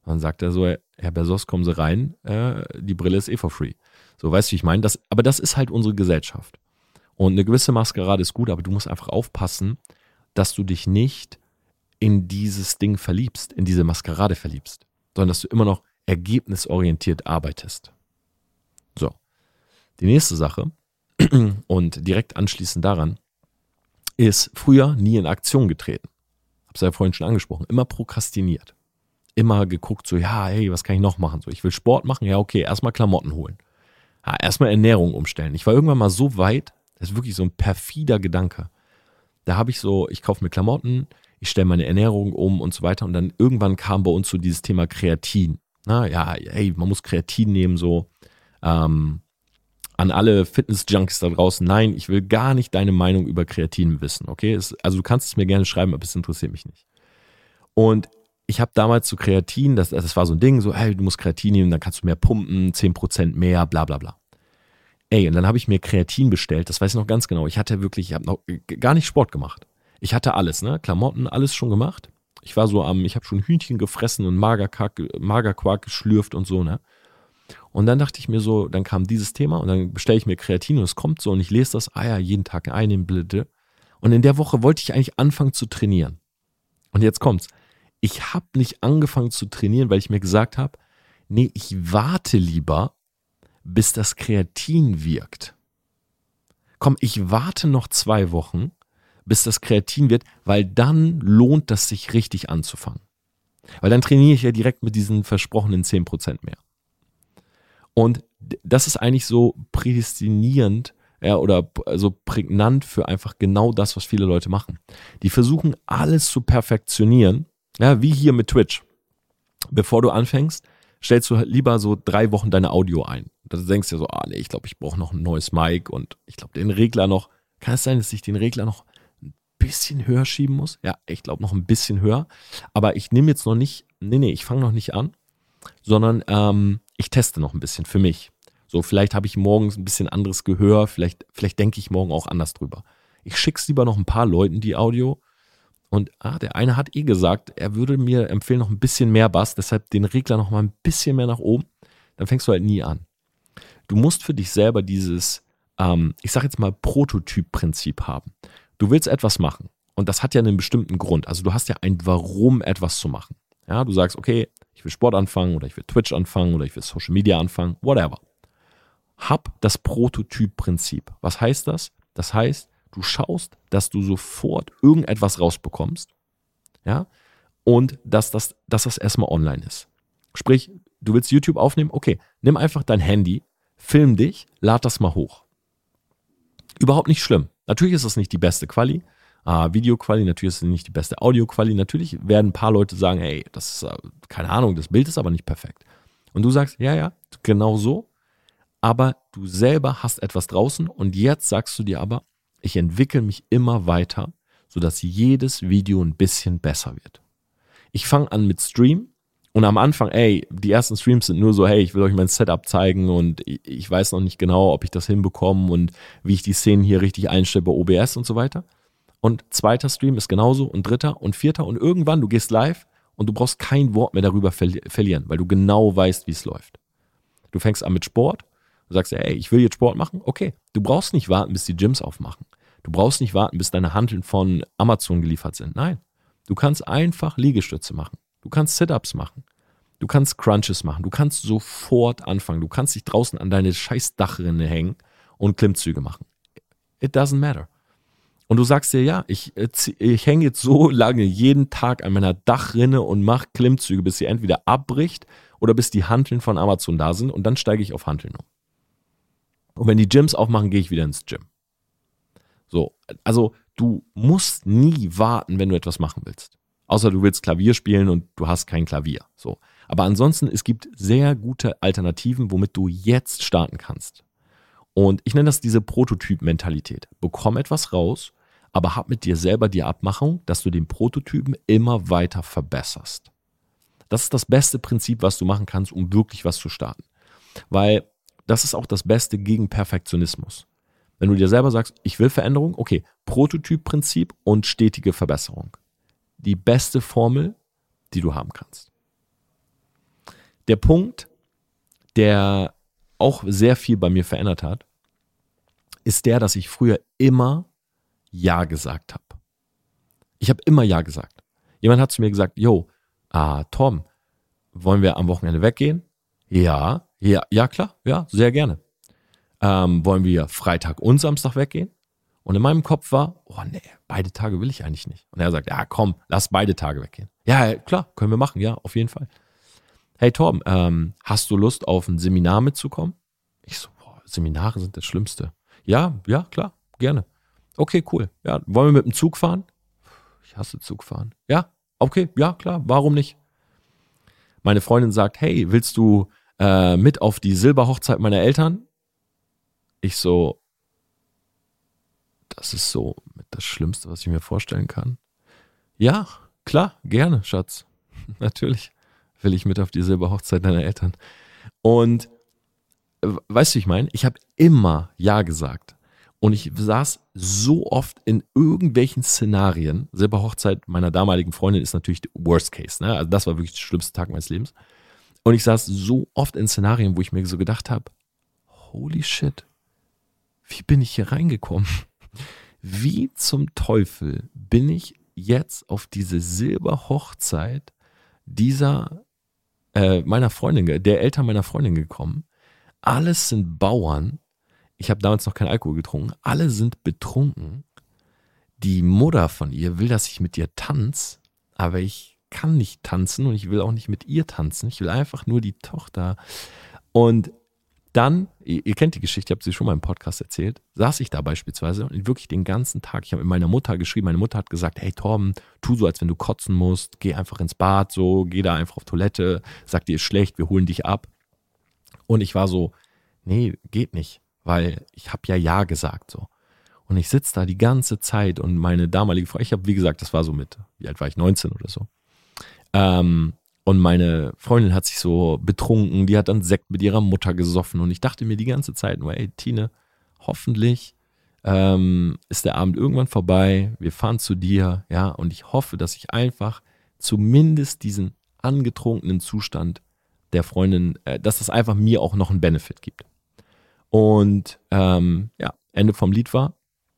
Dann sagt er so, Herr Bezos, kommen Sie rein, äh, die Brille ist eh for free. So, weißt du, wie ich meine? Das, aber das ist halt unsere Gesellschaft. Und eine gewisse Maskerade ist gut, aber du musst einfach aufpassen, dass du dich nicht in dieses Ding verliebst, in diese Maskerade verliebst, sondern dass du immer noch ergebnisorientiert arbeitest. So, die nächste Sache und direkt anschließend daran ist früher nie in Aktion getreten. Hab's ja vorhin schon angesprochen, immer prokrastiniert. Immer geguckt so, ja, hey, was kann ich noch machen? So, ich will Sport machen, ja, okay, erstmal Klamotten holen. Ja, erstmal Ernährung umstellen. Ich war irgendwann mal so weit, das ist wirklich so ein perfider Gedanke. Da habe ich so, ich kaufe mir Klamotten, ich stelle meine Ernährung um und so weiter und dann irgendwann kam bei uns so dieses Thema Kreatin. Na ja, hey, man muss Kreatin nehmen, so ähm, an alle Fitness-Junkies da draußen. Nein, ich will gar nicht deine Meinung über Kreatin wissen, okay? Es, also du kannst es mir gerne schreiben, aber es interessiert mich nicht. Und ich habe damals zu Kreatin, das, das war so ein Ding, so, hey, du musst Kreatin nehmen, dann kannst du mehr pumpen, zehn Prozent mehr, bla bla bla. Ey, und dann habe ich mir Kreatin bestellt, das weiß ich noch ganz genau. Ich hatte wirklich, ich habe noch gar nicht Sport gemacht. Ich hatte alles, ne, Klamotten, alles schon gemacht. Ich war so am, ich habe schon Hühnchen gefressen und Magerquark, Magerquark geschlürft und so, ne. Und dann dachte ich mir so, dann kam dieses Thema und dann bestelle ich mir Kreatin und es kommt so und ich lese das, ah ja, jeden Tag einnehmen, bitte. Und in der Woche wollte ich eigentlich anfangen zu trainieren. Und jetzt kommt's. Ich habe nicht angefangen zu trainieren, weil ich mir gesagt habe, nee, ich warte lieber, bis das Kreatin wirkt. Komm, ich warte noch zwei Wochen, bis das Kreatin wird, weil dann lohnt das sich richtig anzufangen. Weil dann trainiere ich ja direkt mit diesen versprochenen zehn Prozent mehr. Und das ist eigentlich so prädestinierend, ja, oder so prägnant für einfach genau das, was viele Leute machen. Die versuchen alles zu perfektionieren, ja, wie hier mit Twitch. Bevor du anfängst, stellst du halt lieber so drei Wochen deine Audio ein. Da denkst du dir so, ah nee, ich glaube, ich brauche noch ein neues Mic und ich glaube, den Regler noch, kann es sein, dass ich den Regler noch ein bisschen höher schieben muss? Ja, ich glaube noch ein bisschen höher. Aber ich nehme jetzt noch nicht, nee, nee, ich fange noch nicht an, sondern ähm, ich teste noch ein bisschen für mich. So, vielleicht habe ich morgens ein bisschen anderes Gehör, vielleicht, vielleicht denke ich morgen auch anders drüber. Ich schicke es lieber noch ein paar Leuten die Audio und ah, der eine hat eh gesagt, er würde mir empfehlen noch ein bisschen mehr Bass, deshalb den Regler noch mal ein bisschen mehr nach oben, dann fängst du halt nie an. Du musst für dich selber dieses, ähm, ich sag jetzt mal Prototyp-Prinzip haben. Du willst etwas machen und das hat ja einen bestimmten Grund, also du hast ja ein Warum, etwas zu machen. Ja, du sagst, okay, ich will Sport anfangen oder ich will Twitch anfangen oder ich will Social Media anfangen, whatever. Hab das Prototyp-Prinzip. Was heißt das? Das heißt, du schaust, dass du sofort irgendetwas rausbekommst, ja, und dass das, dass das erstmal online ist. Sprich, du willst YouTube aufnehmen, okay, nimm einfach dein Handy, film dich, lad das mal hoch. Überhaupt nicht schlimm. Natürlich ist das nicht die beste Quali, äh, Videoquali, natürlich ist es nicht die beste Audioquali, natürlich werden ein paar Leute sagen, hey, das ist, äh, keine Ahnung, das Bild ist aber nicht perfekt. Und du sagst, ja, ja, genau so, aber du selber hast etwas draußen und jetzt sagst du dir aber, ich entwickle mich immer weiter, sodass jedes Video ein bisschen besser wird. Ich fange an mit Stream und am Anfang, ey, die ersten Streams sind nur so, hey, ich will euch mein Setup zeigen und ich weiß noch nicht genau, ob ich das hinbekomme und wie ich die Szenen hier richtig einstelle bei O B S und so weiter. Und zweiter Stream ist genauso und dritter und vierter und irgendwann, du gehst live und du brauchst kein Wort mehr darüber verli- verlieren, weil du genau weißt, wie es läuft. Du fängst an mit Sport. Du sagst ja, ey, ich will jetzt Sport machen. Okay, du brauchst nicht warten, bis die Gyms aufmachen. Du brauchst nicht warten, bis deine Hanteln von Amazon geliefert sind. Nein, du kannst einfach Liegestütze machen. Du kannst Sit-Ups machen. Du kannst Crunches machen. Du kannst sofort anfangen. Du kannst dich draußen an deine scheiß Dachrinne hängen und Klimmzüge machen. It doesn't matter. Und du sagst dir, ja, ich, ich hänge jetzt so lange jeden Tag an meiner Dachrinne und mache Klimmzüge, bis sie entweder abbricht oder bis die Hanteln von Amazon da sind und dann steige ich auf Hanteln um. Und wenn die Gyms aufmachen, gehe ich wieder ins Gym. So, also du musst nie warten, wenn du etwas machen willst. Außer du willst Klavier spielen und du hast kein Klavier. So. Aber ansonsten, es gibt sehr gute Alternativen, womit du jetzt starten kannst. Und ich nenne das diese Prototyp-Mentalität. Bekomm etwas raus, aber hab mit dir selber die Abmachung, dass du den Prototypen immer weiter verbesserst. Das ist das beste Prinzip, was du machen kannst, um wirklich was zu starten. Weil das ist auch das Beste gegen Perfektionismus. Wenn du dir selber sagst, ich will Veränderung, okay, Prototyp-Prinzip und stetige Verbesserung. Die beste Formel, die du haben kannst. Der Punkt, der auch sehr viel bei mir verändert hat, ist der, dass ich früher immer Ja gesagt habe. Ich habe immer Ja gesagt. Jemand hat zu mir gesagt, yo, ah, Tom, wollen wir am Wochenende weggehen? Ja, ja, ja klar, ja, sehr gerne. Ähm, wollen wir Freitag und Samstag weggehen? Und in meinem Kopf war, oh nee, beide Tage will ich eigentlich nicht. Und er sagt, ja komm, lass beide Tage weggehen. Ja, klar, können wir machen, ja, auf jeden Fall. Hey Tom, ähm, hast du Lust auf ein Seminar mitzukommen? Ich so, boah, Seminare sind das Schlimmste. Ja, ja, klar, gerne. Okay, cool. Ja, wollen wir mit dem Zug fahren? Ich hasse Zugfahren. Ja, okay, ja, klar, warum nicht? Meine Freundin sagt, hey, willst du äh, mit auf die Silberhochzeit meiner Eltern? Ich so, das ist so mit das Schlimmste, was ich mir vorstellen kann. Ja, klar, gerne, Schatz. Natürlich will ich mit auf die Silberhochzeit deiner Eltern. Und äh, weißt du, wie ich meine? Ich habe immer Ja gesagt. Und ich saß so oft in irgendwelchen Szenarien. Silberhochzeit meiner damaligen Freundin ist natürlich der Worst Case. Ne? Also das war wirklich der schlimmste Tag meines Lebens. Und ich saß so oft in Szenarien, wo ich mir so gedacht habe, holy shit, wie bin ich hier reingekommen? Wie zum Teufel bin ich jetzt auf diese Silberhochzeit dieser, äh, meiner Freundin, der Eltern meiner Freundin gekommen? Alles sind Bauern. Ich habe damals noch keinen Alkohol getrunken. Alle sind betrunken. Die Mutter von ihr will, dass ich mit ihr tanze, aber ich kann nicht tanzen und ich will auch nicht mit ihr tanzen. Ich will einfach nur die Tochter. Und dann, ihr, ihr kennt die Geschichte, ich habe sie schon mal im Podcast erzählt, saß ich da beispielsweise und wirklich den ganzen Tag, ich habe mit meiner Mutter geschrieben, meine Mutter hat gesagt, hey Torben, tu so, als wenn du kotzen musst, geh einfach ins Bad, so, geh da einfach auf Toilette, sag dir ist schlecht, wir holen dich ab. Und ich war so, nee, geht nicht. Weil ich habe ja Ja gesagt so. Und ich sitze da die ganze Zeit und meine damalige Frau, ich habe, wie gesagt, das war so mit, wie alt war ich, neunzehn oder so. Ähm, und meine Freundin hat sich so betrunken, die hat dann Sekt mit ihrer Mutter gesoffen und ich dachte mir die ganze Zeit nur, ey Tine, hoffentlich ähm, ist der Abend irgendwann vorbei, wir fahren zu dir, ja, und ich hoffe, dass ich einfach zumindest diesen angetrunkenen Zustand der Freundin, äh, dass das einfach mir auch noch einen Benefit gibt. Und ähm, ja, Ende vom Lied war,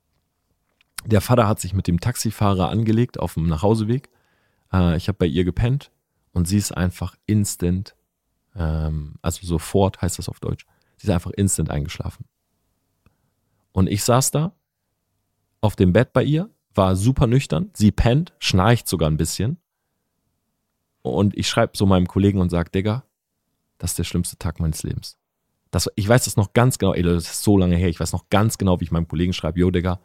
der Vater hat sich mit dem Taxifahrer angelegt auf dem Nachhauseweg. Äh, ich habe bei ihr gepennt und sie ist einfach instant, ähm, also sofort heißt das auf Deutsch, sie ist einfach instant eingeschlafen. Und ich saß da auf dem Bett bei ihr, war super nüchtern, sie pennt, schnarcht sogar ein bisschen. Und ich schreibe so meinem Kollegen und sage, Digga, das ist der schlimmste Tag meines Lebens. Das, ich weiß das noch ganz genau, ey, das ist so lange her, ich weiß noch ganz genau, wie ich meinem Kollegen schreibe, yo, Digga,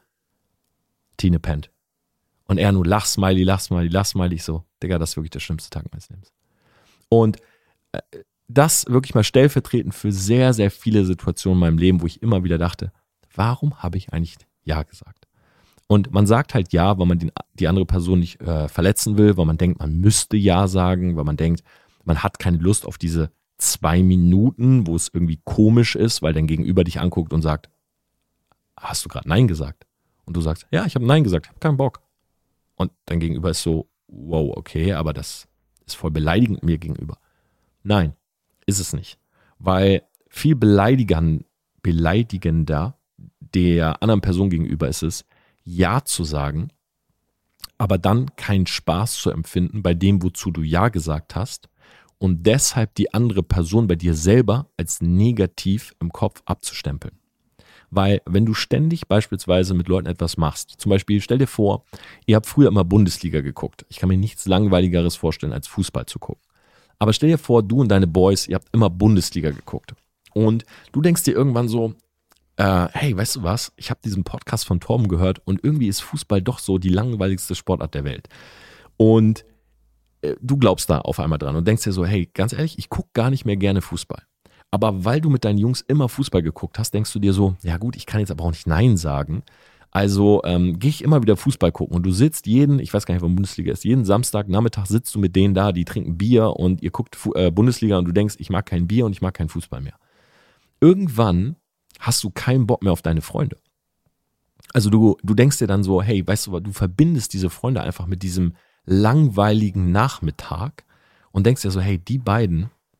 Tine pennt. Und er nur, lach, Smiley, lach, Smiley, lach, Smiley. Ich so, Digga, das ist wirklich der schlimmste Tag meines Lebens. Und äh, das wirklich mal stellvertretend für sehr, sehr viele Situationen in meinem Leben, wo ich immer wieder dachte, warum habe ich eigentlich Ja gesagt? Und man sagt halt Ja, weil man den, die andere Person nicht äh, verletzen will, weil man denkt, man müsste Ja sagen, weil man denkt, man hat keine Lust auf diese zwei Minuten, wo es irgendwie komisch ist, weil dein Gegenüber dich anguckt und sagt, hast du gerade Nein gesagt? Und du sagst, ja, ich habe Nein gesagt, ich habe keinen Bock. Und dein Gegenüber ist so, wow, okay, aber das ist voll beleidigend mir gegenüber. Nein, ist es nicht. Weil viel beleidigend, beleidigender der anderen Person gegenüber ist es, Ja zu sagen, aber dann keinen Spaß zu empfinden bei dem, wozu du Ja gesagt hast und deshalb die andere Person bei dir selber als negativ im Kopf abzustempeln. Weil wenn du ständig beispielsweise mit Leuten etwas machst, zum Beispiel stell dir vor, ihr habt früher immer Bundesliga geguckt. Ich kann mir nichts Langweiligeres vorstellen, als Fußball zu gucken. Aber stell dir vor, du und deine Boys, ihr habt immer Bundesliga geguckt. Und du denkst dir irgendwann so, äh, hey, weißt du was, ich habe diesen Podcast von Torben gehört und irgendwie ist Fußball doch so die langweiligste Sportart der Welt. Und äh, du glaubst da auf einmal dran und denkst dir so, hey, ganz ehrlich, ich gucke gar nicht mehr gerne Fußball. Aber weil du mit deinen Jungs immer Fußball geguckt hast, denkst du dir so, ja gut, ich kann jetzt aber auch nicht Nein sagen. Also ähm, gehe ich immer wieder Fußball gucken und du sitzt jeden, ich weiß gar nicht, wann Bundesliga ist, jeden Samstagnachmittag sitzt du mit denen da, die trinken Bier und ihr guckt Fu- äh, Bundesliga und du denkst, ich mag kein Bier und ich mag keinen Fußball mehr. Irgendwann hast du keinen Bock mehr auf deine Freunde. Also du, du denkst dir dann so, hey, weißt du was, du verbindest diese Freunde einfach mit diesem langweiligen Nachmittag und denkst dir so, hey, die beiden,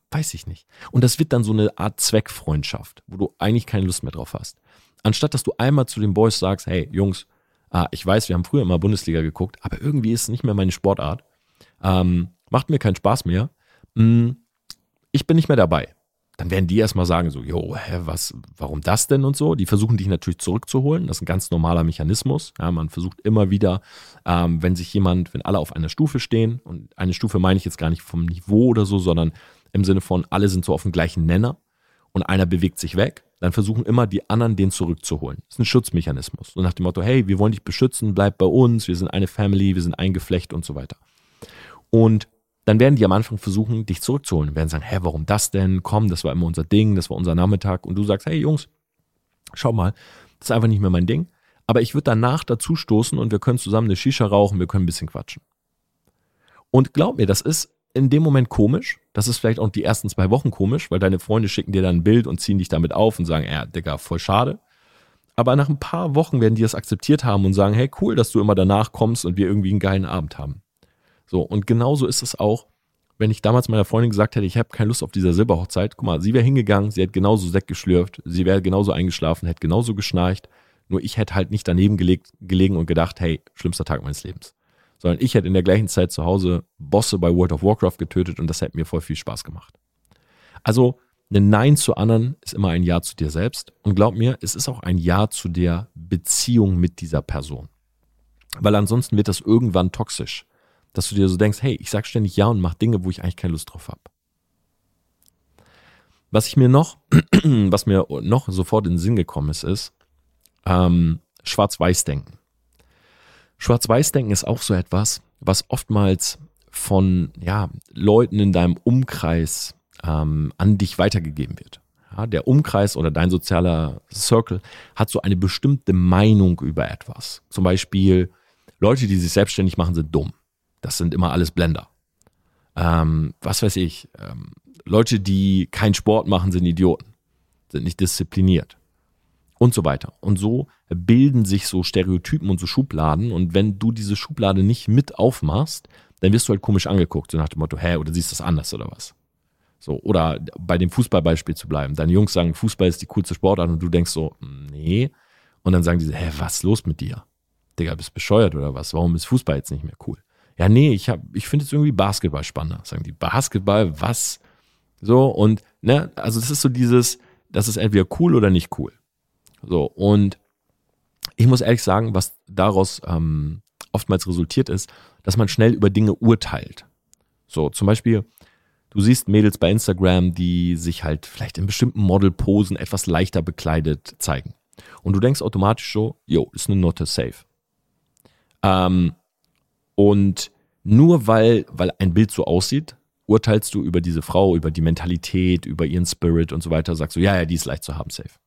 Weiß ich nicht. Und das wird dann so eine Art Zweckfreundschaft, wo du eigentlich keine Lust mehr drauf hast. Anstatt, dass du einmal zu den Boys sagst, hey Jungs, ah, ich weiß, wir haben früher immer Bundesliga geguckt, aber irgendwie ist es nicht mehr meine Sportart. Ähm, macht mir keinen Spaß mehr. Hm, ich bin nicht mehr dabei. Dann werden die erstmal sagen so, jo, hä, was, warum das denn und so. Die versuchen dich natürlich zurückzuholen. Das ist ein ganz normaler Mechanismus. Ja, man versucht immer wieder, ähm, wenn sich jemand, wenn alle auf einer Stufe stehen, und eine Stufe meine ich jetzt gar nicht vom Niveau oder so, sondern im Sinne von, alle sind so auf dem gleichen Nenner und einer bewegt sich weg, dann versuchen immer die anderen, den zurückzuholen. Das ist ein Schutzmechanismus. So nach dem Motto, hey, wir wollen dich beschützen, bleib bei uns, wir sind eine Family, wir sind ein Geflecht und so weiter. Und dann werden die am Anfang versuchen, dich zurückzuholen. Werden sagen, hä, warum das denn? Komm, das war immer unser Ding, das war unser Nachmittag. Und du sagst, hey Jungs, schau mal, das ist einfach nicht mehr mein Ding. Aber ich würde danach dazu stoßen und wir können zusammen eine Shisha rauchen, wir können ein bisschen quatschen. Und glaub mir, das ist in dem Moment komisch. Das ist vielleicht auch die ersten zwei Wochen komisch, weil deine Freunde schicken dir dann ein Bild und ziehen dich damit auf und sagen, ja, Digga, voll schade. Aber nach ein paar Wochen werden die das akzeptiert haben und sagen, hey, cool, dass du immer danach kommst und wir irgendwie einen geilen Abend haben. So, und genauso ist es auch, wenn ich damals meiner Freundin gesagt hätte, ich habe keine Lust auf dieser Silberhochzeit. Guck mal, sie wäre hingegangen, sie hätte genauso Sekt geschlürft, sie wäre genauso eingeschlafen, hätte genauso geschnarcht. Nur ich hätte halt nicht daneben gelegt, gelegen und gedacht, hey, schlimmster Tag meines Lebens. Sondern ich hätte in der gleichen Zeit zu Hause Bosse bei World of Warcraft getötet und das hätte mir voll viel Spaß gemacht. Also ein Nein zu anderen ist immer ein Ja zu dir selbst. Und glaub mir, es ist auch ein Ja zu der Beziehung mit dieser Person. Weil ansonsten wird das irgendwann toxisch. Dass du dir so denkst, hey, ich sag ständig Ja und mach Dinge, wo ich eigentlich keine Lust drauf habe. Was ich mir noch, was mir noch sofort in den Sinn gekommen ist, ist ähm, Schwarz-Weiß-Denken. Schwarz-Weiß-Denken ist auch so etwas, was oftmals von ja, Leuten in deinem Umkreis ähm, an dich weitergegeben wird. Ja, der Umkreis oder dein sozialer Circle hat so eine bestimmte Meinung über etwas. Zum Beispiel, Leute, die sich selbstständig machen, sind dumm. Das sind immer alles Blender. Ähm, was weiß ich, ähm, Leute, die keinen Sport machen, sind Idioten, sind nicht diszipliniert und so weiter. Und so bilden sich so Stereotypen und so Schubladen und wenn du diese Schublade nicht mit aufmachst, dann wirst du halt komisch angeguckt, so nach dem Motto, hä, oder siehst du das anders oder was? So, oder bei dem Fußballbeispiel zu bleiben. Deine Jungs sagen, Fußball ist die coolste Sportart und du denkst so, nee. Und dann sagen die, hä, was ist los mit dir? Digga, bist bescheuert oder was? Warum ist Fußball jetzt nicht mehr cool? Ja, nee, ich, hab, ich finde jetzt irgendwie Basketball spannender. Sagen die, Basketball, was? So, und, ne, also das ist so dieses, das ist entweder cool oder nicht cool. So, und ich muss ehrlich sagen, was daraus ähm, oftmals resultiert ist, dass man schnell über Dinge urteilt. So, zum Beispiel, du siehst Mädels bei Instagram, die sich halt vielleicht in bestimmten Modelposen etwas leichter bekleidet zeigen. Und du denkst automatisch so, jo, ist eine Note safe. Ähm, Und nur weil, weil ein Bild so aussieht, urteilst du über diese Frau, über die Mentalität, über ihren Spirit und so weiter, sagst du, ja, ja, die ist leicht zu haben, safe.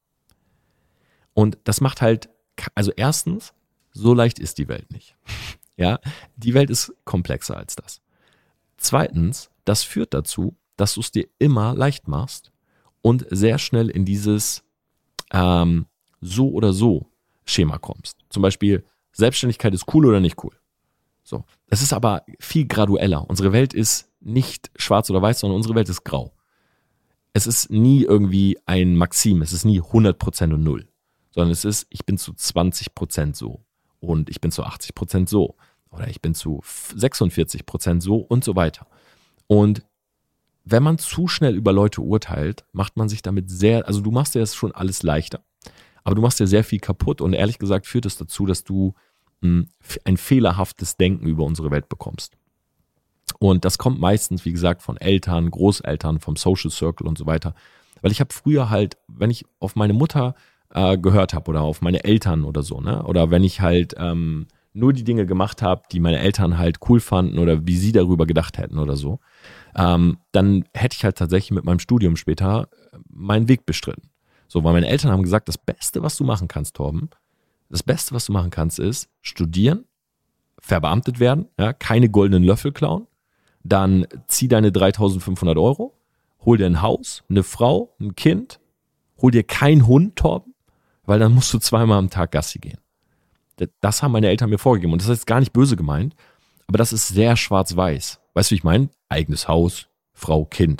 Und das macht halt, also erstens, so leicht ist die Welt nicht. Ja, die Welt ist komplexer als das. Zweitens, das führt dazu, dass du es dir immer leicht machst und sehr schnell in dieses ähm, so oder so Schema kommst. Zum Beispiel, Selbstständigkeit ist cool oder nicht cool. So, es ist aber viel gradueller. Unsere Welt ist nicht schwarz oder weiß, sondern unsere Welt ist grau. Es ist nie irgendwie ein Maxim, es ist nie hundert Prozent und null, sondern es ist, ich bin zu zwanzig Prozent so und ich bin zu achtzig Prozent so oder ich bin zu sechsundvierzig Prozent so und so weiter. Und wenn man zu schnell über Leute urteilt, macht man sich damit sehr, also du machst dir das schon alles leichter, aber du machst dir sehr viel kaputt und ehrlich gesagt führt es dazu, dass du ein fehlerhaftes Denken über unsere Welt bekommst. Und das kommt meistens, wie gesagt, von Eltern, Großeltern, vom Social Circle und so weiter. Weil ich habe früher halt, wenn ich auf meine Mutter äh, gehört habe oder auf meine Eltern oder so, ne, oder wenn ich halt ähm, nur die Dinge gemacht habe, die meine Eltern halt cool fanden oder wie sie darüber gedacht hätten oder so, ähm, dann hätte ich halt tatsächlich mit meinem Studium später meinen Weg bestritten. So, weil meine Eltern haben gesagt, das Beste, was du machen kannst, Torben, das Beste, was du machen kannst, ist studieren, verbeamtet werden, ja, keine goldenen Löffel klauen, dann zieh deine dreitausendfünfhundert Euro, hol dir ein Haus, eine Frau, ein Kind, hol dir keinen Hund, Torben, weil dann musst du zweimal am Tag Gassi gehen. Das haben meine Eltern mir vorgegeben und das ist jetzt gar nicht böse gemeint, aber das ist sehr schwarz-weiß. Weißt du, wie ich meine? Eigenes Haus, Frau, Kind.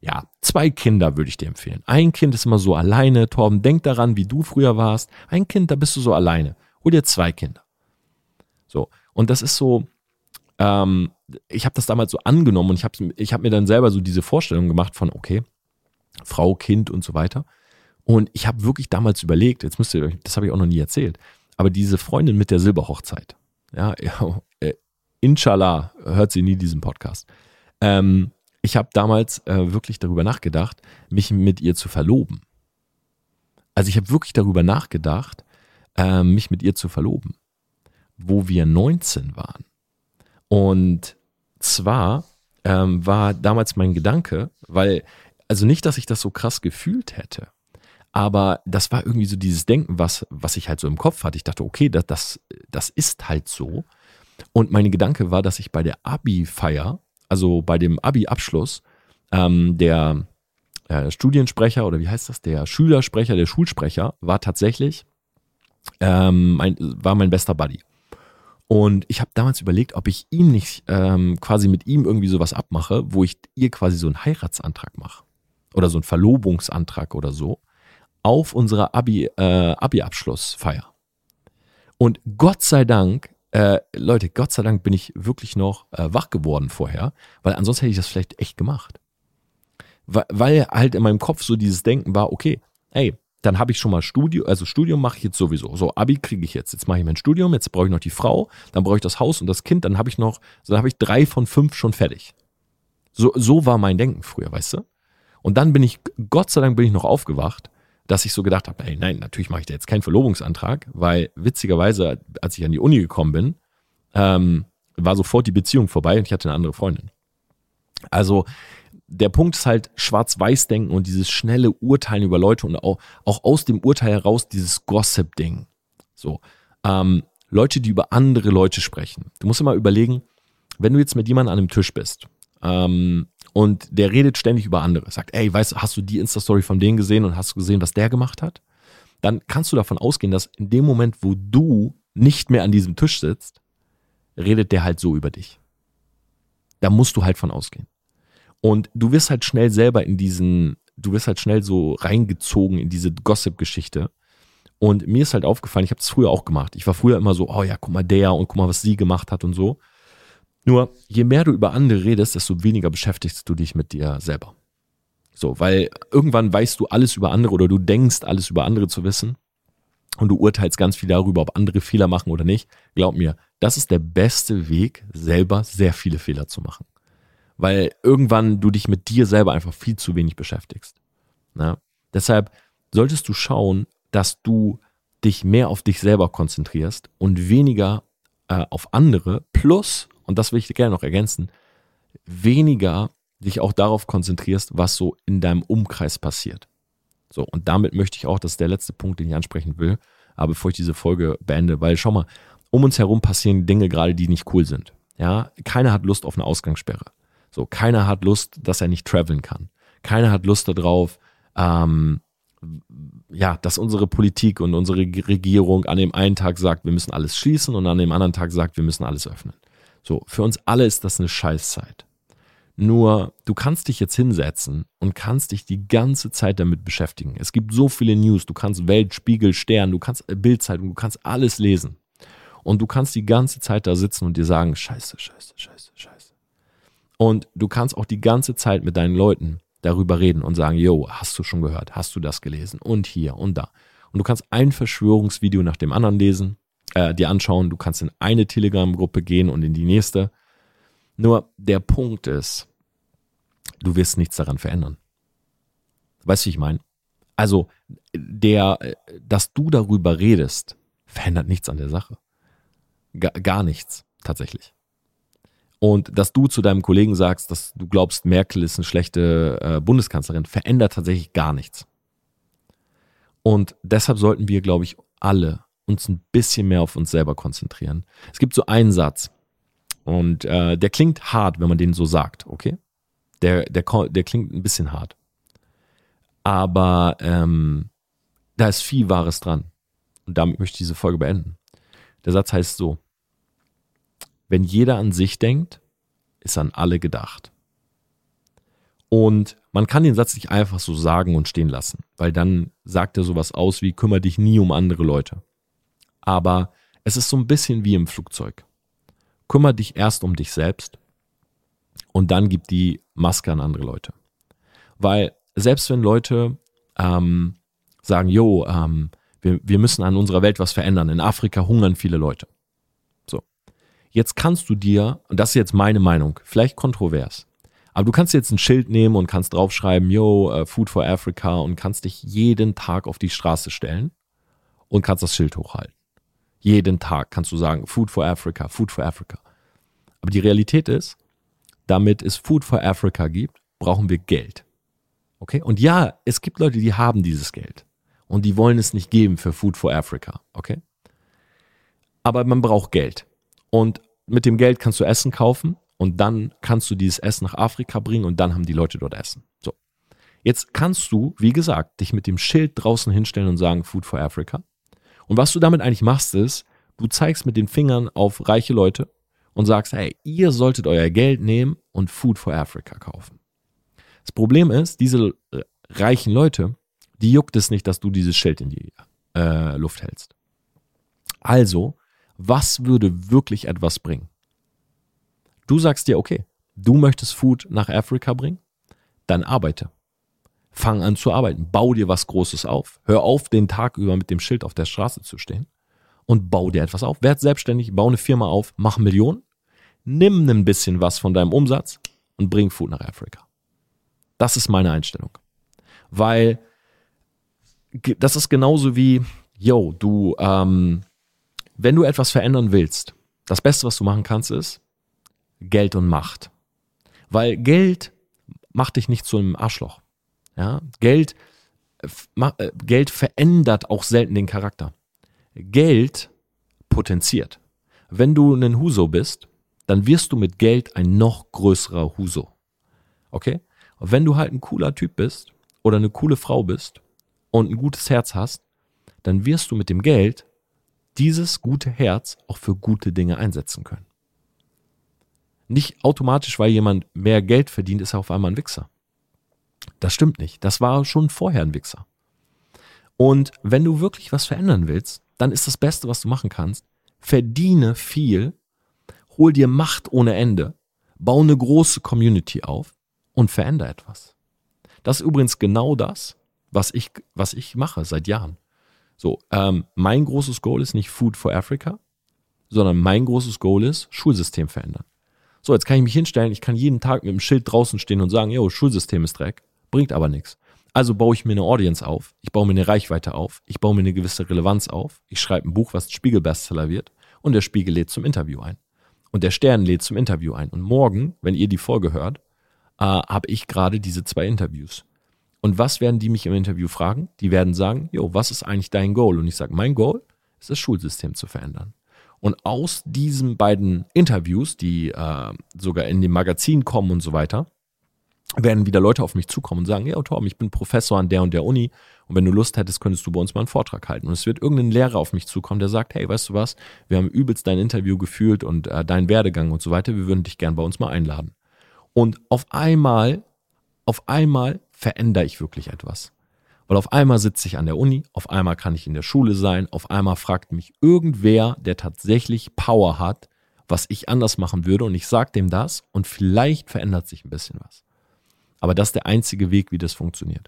Ja, zwei Kinder würde ich dir empfehlen. Ein Kind ist immer so alleine. Torben, denk daran, wie du früher warst. Ein Kind, da bist du so alleine. Hol dir zwei Kinder. So, und das ist so, ähm, ich habe das damals so angenommen und ich habe ich hab mir dann selber so diese Vorstellung gemacht von, okay, Frau, Kind und so weiter. Und ich habe wirklich damals überlegt, jetzt müsst ihr euch, das habe ich auch noch nie erzählt, aber diese Freundin mit der Silberhochzeit, ja, ja äh, inshallah hört sie nie diesen Podcast. Ähm, ich habe damals äh, wirklich darüber nachgedacht, mich mit ihr zu verloben. Also ich habe wirklich darüber nachgedacht, äh, mich mit ihr zu verloben, wo wir neunzehn waren. Und zwar ähm, war damals mein Gedanke, weil, also nicht, dass ich das so krass gefühlt hätte, aber das war irgendwie so dieses Denken, was, was ich halt so im Kopf hatte. Ich dachte, okay, das, das, das ist halt so. Und mein Gedanke war, dass ich bei der Abi-Feier, also bei dem Abi-Abschluss, ähm, der äh, Studiensprecher oder wie heißt das, der Schülersprecher, der Schulsprecher war tatsächlich, ähm, mein, war mein bester Buddy. Und ich habe damals überlegt, ob ich ihm nicht ähm, quasi mit ihm irgendwie sowas abmache, wo ich ihr quasi so einen Heiratsantrag mache. Oder so einen Verlobungsantrag oder so. Auf unserer Abi, äh, Abi-Abschlussfeier. Und Gott sei Dank, äh, Leute, Gott sei Dank bin ich wirklich noch äh, wach geworden vorher, weil ansonsten hätte ich das vielleicht echt gemacht. Weil, weil halt in meinem Kopf so dieses Denken war, okay, ey, dann habe ich schon mal Studium, also Studium mache ich jetzt sowieso. So, Abi kriege ich jetzt. Jetzt mache ich mein Studium, jetzt brauche ich noch die Frau, dann brauche ich das Haus und das Kind, dann habe ich noch, dann habe ich drei von fünf schon fertig. So, so war mein Denken früher, weißt du? Und dann bin ich, Gott sei Dank bin ich noch aufgewacht, dass ich so gedacht habe, ey, nein, natürlich mache ich da jetzt keinen Verlobungsantrag, weil witzigerweise, als ich an die Uni gekommen bin, ähm, war sofort die Beziehung vorbei und ich hatte eine andere Freundin. Also der Punkt ist halt Schwarz-Weiß-Denken und dieses schnelle Urteilen über Leute und auch, auch aus dem Urteil heraus dieses Gossip-Ding. So, ähm, Leute, die über andere Leute sprechen. Du musst immer überlegen, wenn du jetzt mit jemandem an einem Tisch bist ähm, und der redet ständig über andere, sagt, ey, weißt du, hast du die Insta-Story von denen gesehen und hast du gesehen, was der gemacht hat? Dann kannst du davon ausgehen, dass in dem Moment, wo du nicht mehr an diesem Tisch sitzt, redet der halt so über dich. Da musst du halt von ausgehen. Und du wirst halt schnell selber in diesen, du wirst halt schnell so reingezogen in diese Gossip-Geschichte. Und mir ist halt aufgefallen, ich habe das früher auch gemacht. Ich war früher immer so, oh ja, guck mal der und guck mal, was sie gemacht hat und so. Nur, je mehr du über andere redest, desto weniger beschäftigst du dich mit dir selber. So, weil irgendwann weißt du alles über andere oder du denkst, alles über andere zu wissen. Und du urteilst ganz viel darüber, ob andere Fehler machen oder nicht. Glaub mir, das ist der beste Weg, selber sehr viele Fehler zu machen. Weil irgendwann du dich mit dir selber einfach viel zu wenig beschäftigst. Na? Deshalb solltest du schauen, dass du dich mehr auf dich selber konzentrierst und weniger äh, auf andere. Plus, und das will ich dir gerne noch ergänzen, weniger dich auch darauf konzentrierst, was so in deinem Umkreis passiert. So, und damit möchte ich auch, das ist der letzte Punkt, den ich ansprechen will, aber bevor ich diese Folge beende, weil schau mal, um uns herum passieren Dinge gerade, die nicht cool sind. Ja, keiner hat Lust auf eine Ausgangssperre. So, keiner hat Lust, dass er nicht traveln kann. Keiner hat Lust darauf, ähm, ja, dass unsere Politik und unsere Regierung an dem einen Tag sagt, wir müssen alles schließen und an dem anderen Tag sagt, wir müssen alles öffnen. So, für uns alle ist das eine Scheißzeit. Nur, du kannst dich jetzt hinsetzen und kannst dich die ganze Zeit damit beschäftigen. Es gibt so viele News, du kannst Welt, Spiegel, Stern, du kannst Bildzeitung, du kannst alles lesen. Und du kannst die ganze Zeit da sitzen und dir sagen, scheiße, scheiße, scheiße, scheiße. Und du kannst auch die ganze Zeit mit deinen Leuten darüber reden und sagen, yo, hast du schon gehört, hast du das gelesen und hier und da. Und du kannst ein Verschwörungsvideo nach dem anderen lesen, äh, dir anschauen, du kannst in eine Telegram-Gruppe gehen und in die nächste. Nur der Punkt ist, du wirst nichts daran verändern. Weißt du, wie ich meine? Also, der, dass du darüber redest, verändert nichts an der Sache. Gar, gar nichts, tatsächlich. Und dass du zu deinem Kollegen sagst, dass du glaubst, Merkel ist eine schlechte äh, Bundeskanzlerin, verändert tatsächlich gar nichts. Und deshalb sollten wir, glaube ich, alle uns ein bisschen mehr auf uns selber konzentrieren. Es gibt so einen Satz und äh, der klingt hart, wenn man den so sagt, okay? Der, der, der klingt ein bisschen hart. Aber ähm, da ist viel Wahres dran. Und damit möchte ich diese Folge beenden. Der Satz heißt so: Wenn jeder an sich denkt, ist an alle gedacht. Und Man kann den Satz nicht einfach so sagen und stehen lassen, weil dann sagt er sowas aus wie, kümmere dich nie um andere Leute. Aber es ist so ein bisschen wie im Flugzeug. Kümmere dich erst um dich selbst und dann gib die Maske an andere Leute. Weil selbst wenn Leute ähm, sagen, jo, ähm, wir, wir müssen an unserer Welt was verändern, in Afrika hungern viele Leute. So, jetzt kannst du dir, und das ist jetzt meine Meinung, vielleicht kontrovers, aber du kannst jetzt ein Schild nehmen und kannst draufschreiben, yo, uh, Food for Africa und kannst dich jeden Tag auf die Straße stellen und kannst das Schild hochhalten. Jeden Tag kannst du sagen, Food for Africa, Food for Africa. Aber die Realität ist, damit es Food for Africa gibt, brauchen wir Geld. Okay? Und ja, es gibt Leute, die haben dieses Geld und die wollen es nicht geben für Food for Africa. Okay? Aber man braucht Geld. Und mit dem Geld kannst du Essen kaufen und dann kannst du dieses Essen nach Afrika bringen und dann haben die Leute dort Essen. So. Jetzt kannst du, wie gesagt, dich mit dem Schild draußen hinstellen und sagen Food for Africa. Und was du damit eigentlich machst, ist, du zeigst mit den Fingern auf reiche Leute und sagst, hey, ihr solltet euer Geld nehmen und Food for Africa kaufen. Das Problem ist, diese reichen Leute, die juckt es nicht, dass du dieses Schild in die äh, Luft hältst. Also, was würde wirklich etwas bringen? Du sagst dir, okay, du möchtest Food nach Afrika bringen, dann arbeite. Fang an zu arbeiten, bau dir was Großes auf. Hör auf, den Tag über mit dem Schild auf der Straße zu stehen und bau dir etwas auf. Werd selbstständig, bau eine Firma auf, mach Millionen, nimm ein bisschen was von deinem Umsatz und bring Food nach Afrika. Das ist meine Einstellung. Weil das ist genauso wie, yo, du, ähm, wenn du etwas verändern willst, das Beste, was du machen kannst, ist Geld und Macht. Weil Geld macht dich nicht zu einem Arschloch. Ja? Geld, äh, Geld verändert auch selten den Charakter. Geld potenziert. Wenn du ein Huso bist, dann wirst du mit Geld ein noch größerer Huso. Okay? Und wenn du halt ein cooler Typ bist oder eine coole Frau bist und ein gutes Herz hast, dann wirst du mit dem Geld dieses gute Herz auch für gute Dinge einsetzen können. Nicht automatisch, weil jemand mehr Geld verdient, ist er auf einmal ein Wichser. Das stimmt nicht. Das war schon vorher ein Wichser. Und wenn du wirklich was verändern willst, dann ist das Beste, was du machen kannst, verdiene viel, hol dir Macht ohne Ende, baue eine große Community auf und verändere etwas. Das ist übrigens genau das, was ich, was ich mache seit Jahren. So, ähm, mein großes Goal ist nicht Food for Africa, sondern mein großes Goal ist Schulsystem verändern. So, jetzt kann ich mich hinstellen, ich kann jeden Tag mit dem Schild draußen stehen und sagen, yo, Schulsystem ist Dreck, bringt aber nichts. Also baue ich mir eine Audience auf, ich baue mir eine Reichweite auf, ich baue mir eine gewisse Relevanz auf, ich schreibe ein Buch, was Spiegel-Bestseller wird und der Spiegel lädt zum Interview ein. Und der Stern lädt zum Interview ein. Und morgen, wenn ihr die Folge hört, äh, habe ich gerade diese zwei Interviews. Und was werden die mich im Interview fragen? Die werden sagen, jo, was ist eigentlich dein Goal? Und ich sage, mein Goal ist das Schulsystem zu verändern. Und aus diesen beiden Interviews, die äh, sogar in dem Magazin kommen und so weiter, werden wieder Leute auf mich zukommen und sagen, ja, Torben, ich bin Professor an der und der Uni und wenn du Lust hättest, könntest du bei uns mal einen Vortrag halten. Und es wird irgendein Lehrer auf mich zukommen, der sagt, hey, weißt du was, wir haben übelst dein Interview gefühlt und äh, deinen Werdegang und so weiter, wir würden dich gern bei uns mal einladen. Und auf einmal, auf einmal verändere ich wirklich etwas. Weil auf einmal sitze ich an der Uni, auf einmal kann ich in der Schule sein, auf einmal fragt mich irgendwer, der tatsächlich Power hat, was ich anders machen würde und ich sage dem das und vielleicht verändert sich ein bisschen was. Aber das ist der einzige Weg, wie das funktioniert.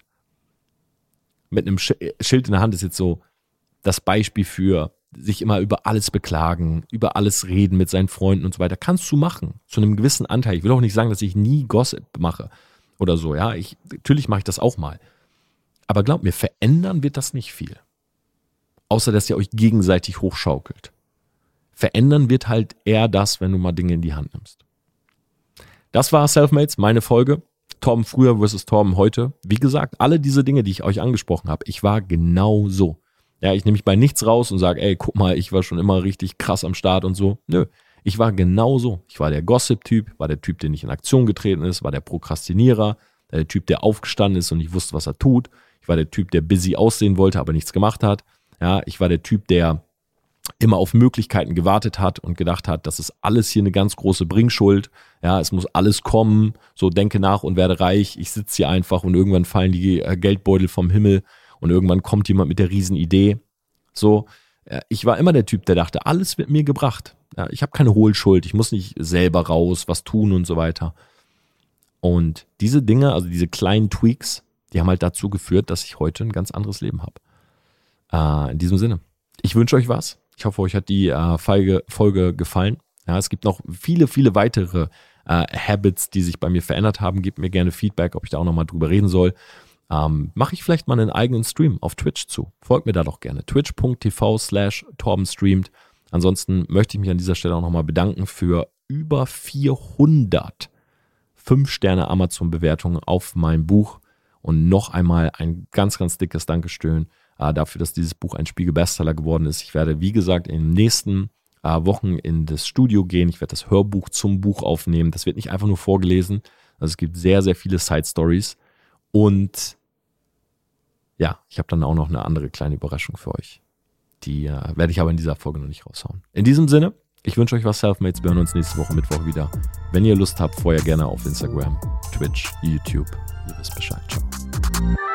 Mit einem Schild in der Hand ist jetzt so das Beispiel für sich immer über alles beklagen, über alles reden mit seinen Freunden und so weiter. Kannst du machen, zu einem gewissen Anteil. Ich will auch nicht sagen, dass ich nie Gossip mache oder so. Ja, ich, natürlich mache ich das auch mal. Aber glaubt mir, verändern wird das nicht viel. Außer, dass ihr euch gegenseitig hochschaukelt. Verändern wird halt eher das, wenn du mal Dinge in die Hand nimmst. Das war Selfmates, meine Folge. Torben früher versus Torben heute. Wie gesagt, alle diese Dinge, die ich euch angesprochen habe, ich war genau so. Ja, ich nehme mich bei nichts raus und sage, ey, guck mal, ich war schon immer richtig krass am Start und so. Nö, ich war genau so. Ich war der Gossip-Typ, war der Typ, der nicht in Aktion getreten ist, war der Prokrastinierer, der Typ, der aufgestanden ist und nicht wusste, was er tut. Ich war der Typ, der busy aussehen wollte, aber nichts gemacht hat. Ja, ich war der Typ, der immer auf Möglichkeiten gewartet hat und gedacht hat, das ist alles hier eine ganz große Bringschuld. Ja, es muss alles kommen. So, denke nach und werde reich. Ich sitze hier einfach und irgendwann fallen die äh, Geldbeutel vom Himmel und irgendwann kommt jemand mit der Riesenidee. So, äh, ich war immer der Typ, der dachte, alles wird mir gebracht. Ja, ich habe keine Hohlschuld. Ich muss nicht selber raus, was tun und so weiter. Und diese Dinge, also diese kleinen Tweaks, die haben halt dazu geführt, dass ich heute ein ganz anderes Leben habe. Äh, in diesem Sinne, ich wünsche euch was. Ich hoffe, euch hat die äh, Folge, Folge gefallen. Ja, es gibt noch viele, viele weitere äh, Habits, die sich bei mir verändert haben. Gebt mir gerne Feedback, ob ich da auch nochmal drüber reden soll. Ähm, Mache ich vielleicht mal einen eigenen Stream auf Twitch zu. Folgt mir da doch gerne. twitch.tv slash Torben streamt. Ansonsten möchte ich mich an dieser Stelle auch nochmal bedanken für über vierhundert fünf Sterne Amazon-Bewertungen auf mein Buch. Und noch einmal ein ganz, ganz dickes Dankeschön äh, dafür, dass dieses Buch ein Spiegel-Bestseller geworden ist. Ich werde, wie gesagt, in den nächsten äh, Wochen in das Studio gehen. Ich werde das Hörbuch zum Buch aufnehmen. Das wird nicht einfach nur vorgelesen. Also es gibt sehr, sehr viele Side-Stories. Und ja, ich habe dann auch noch eine andere kleine Überraschung für euch. Die äh, werde ich aber in dieser Folge noch nicht raushauen. In diesem Sinne, ich wünsche euch was Selfmates. Wir hören uns nächste Woche Mittwoch wieder. Wenn ihr Lust habt, vorher gerne auf Instagram, Twitch, YouTube. Ihr wisst Bescheid. Ciao.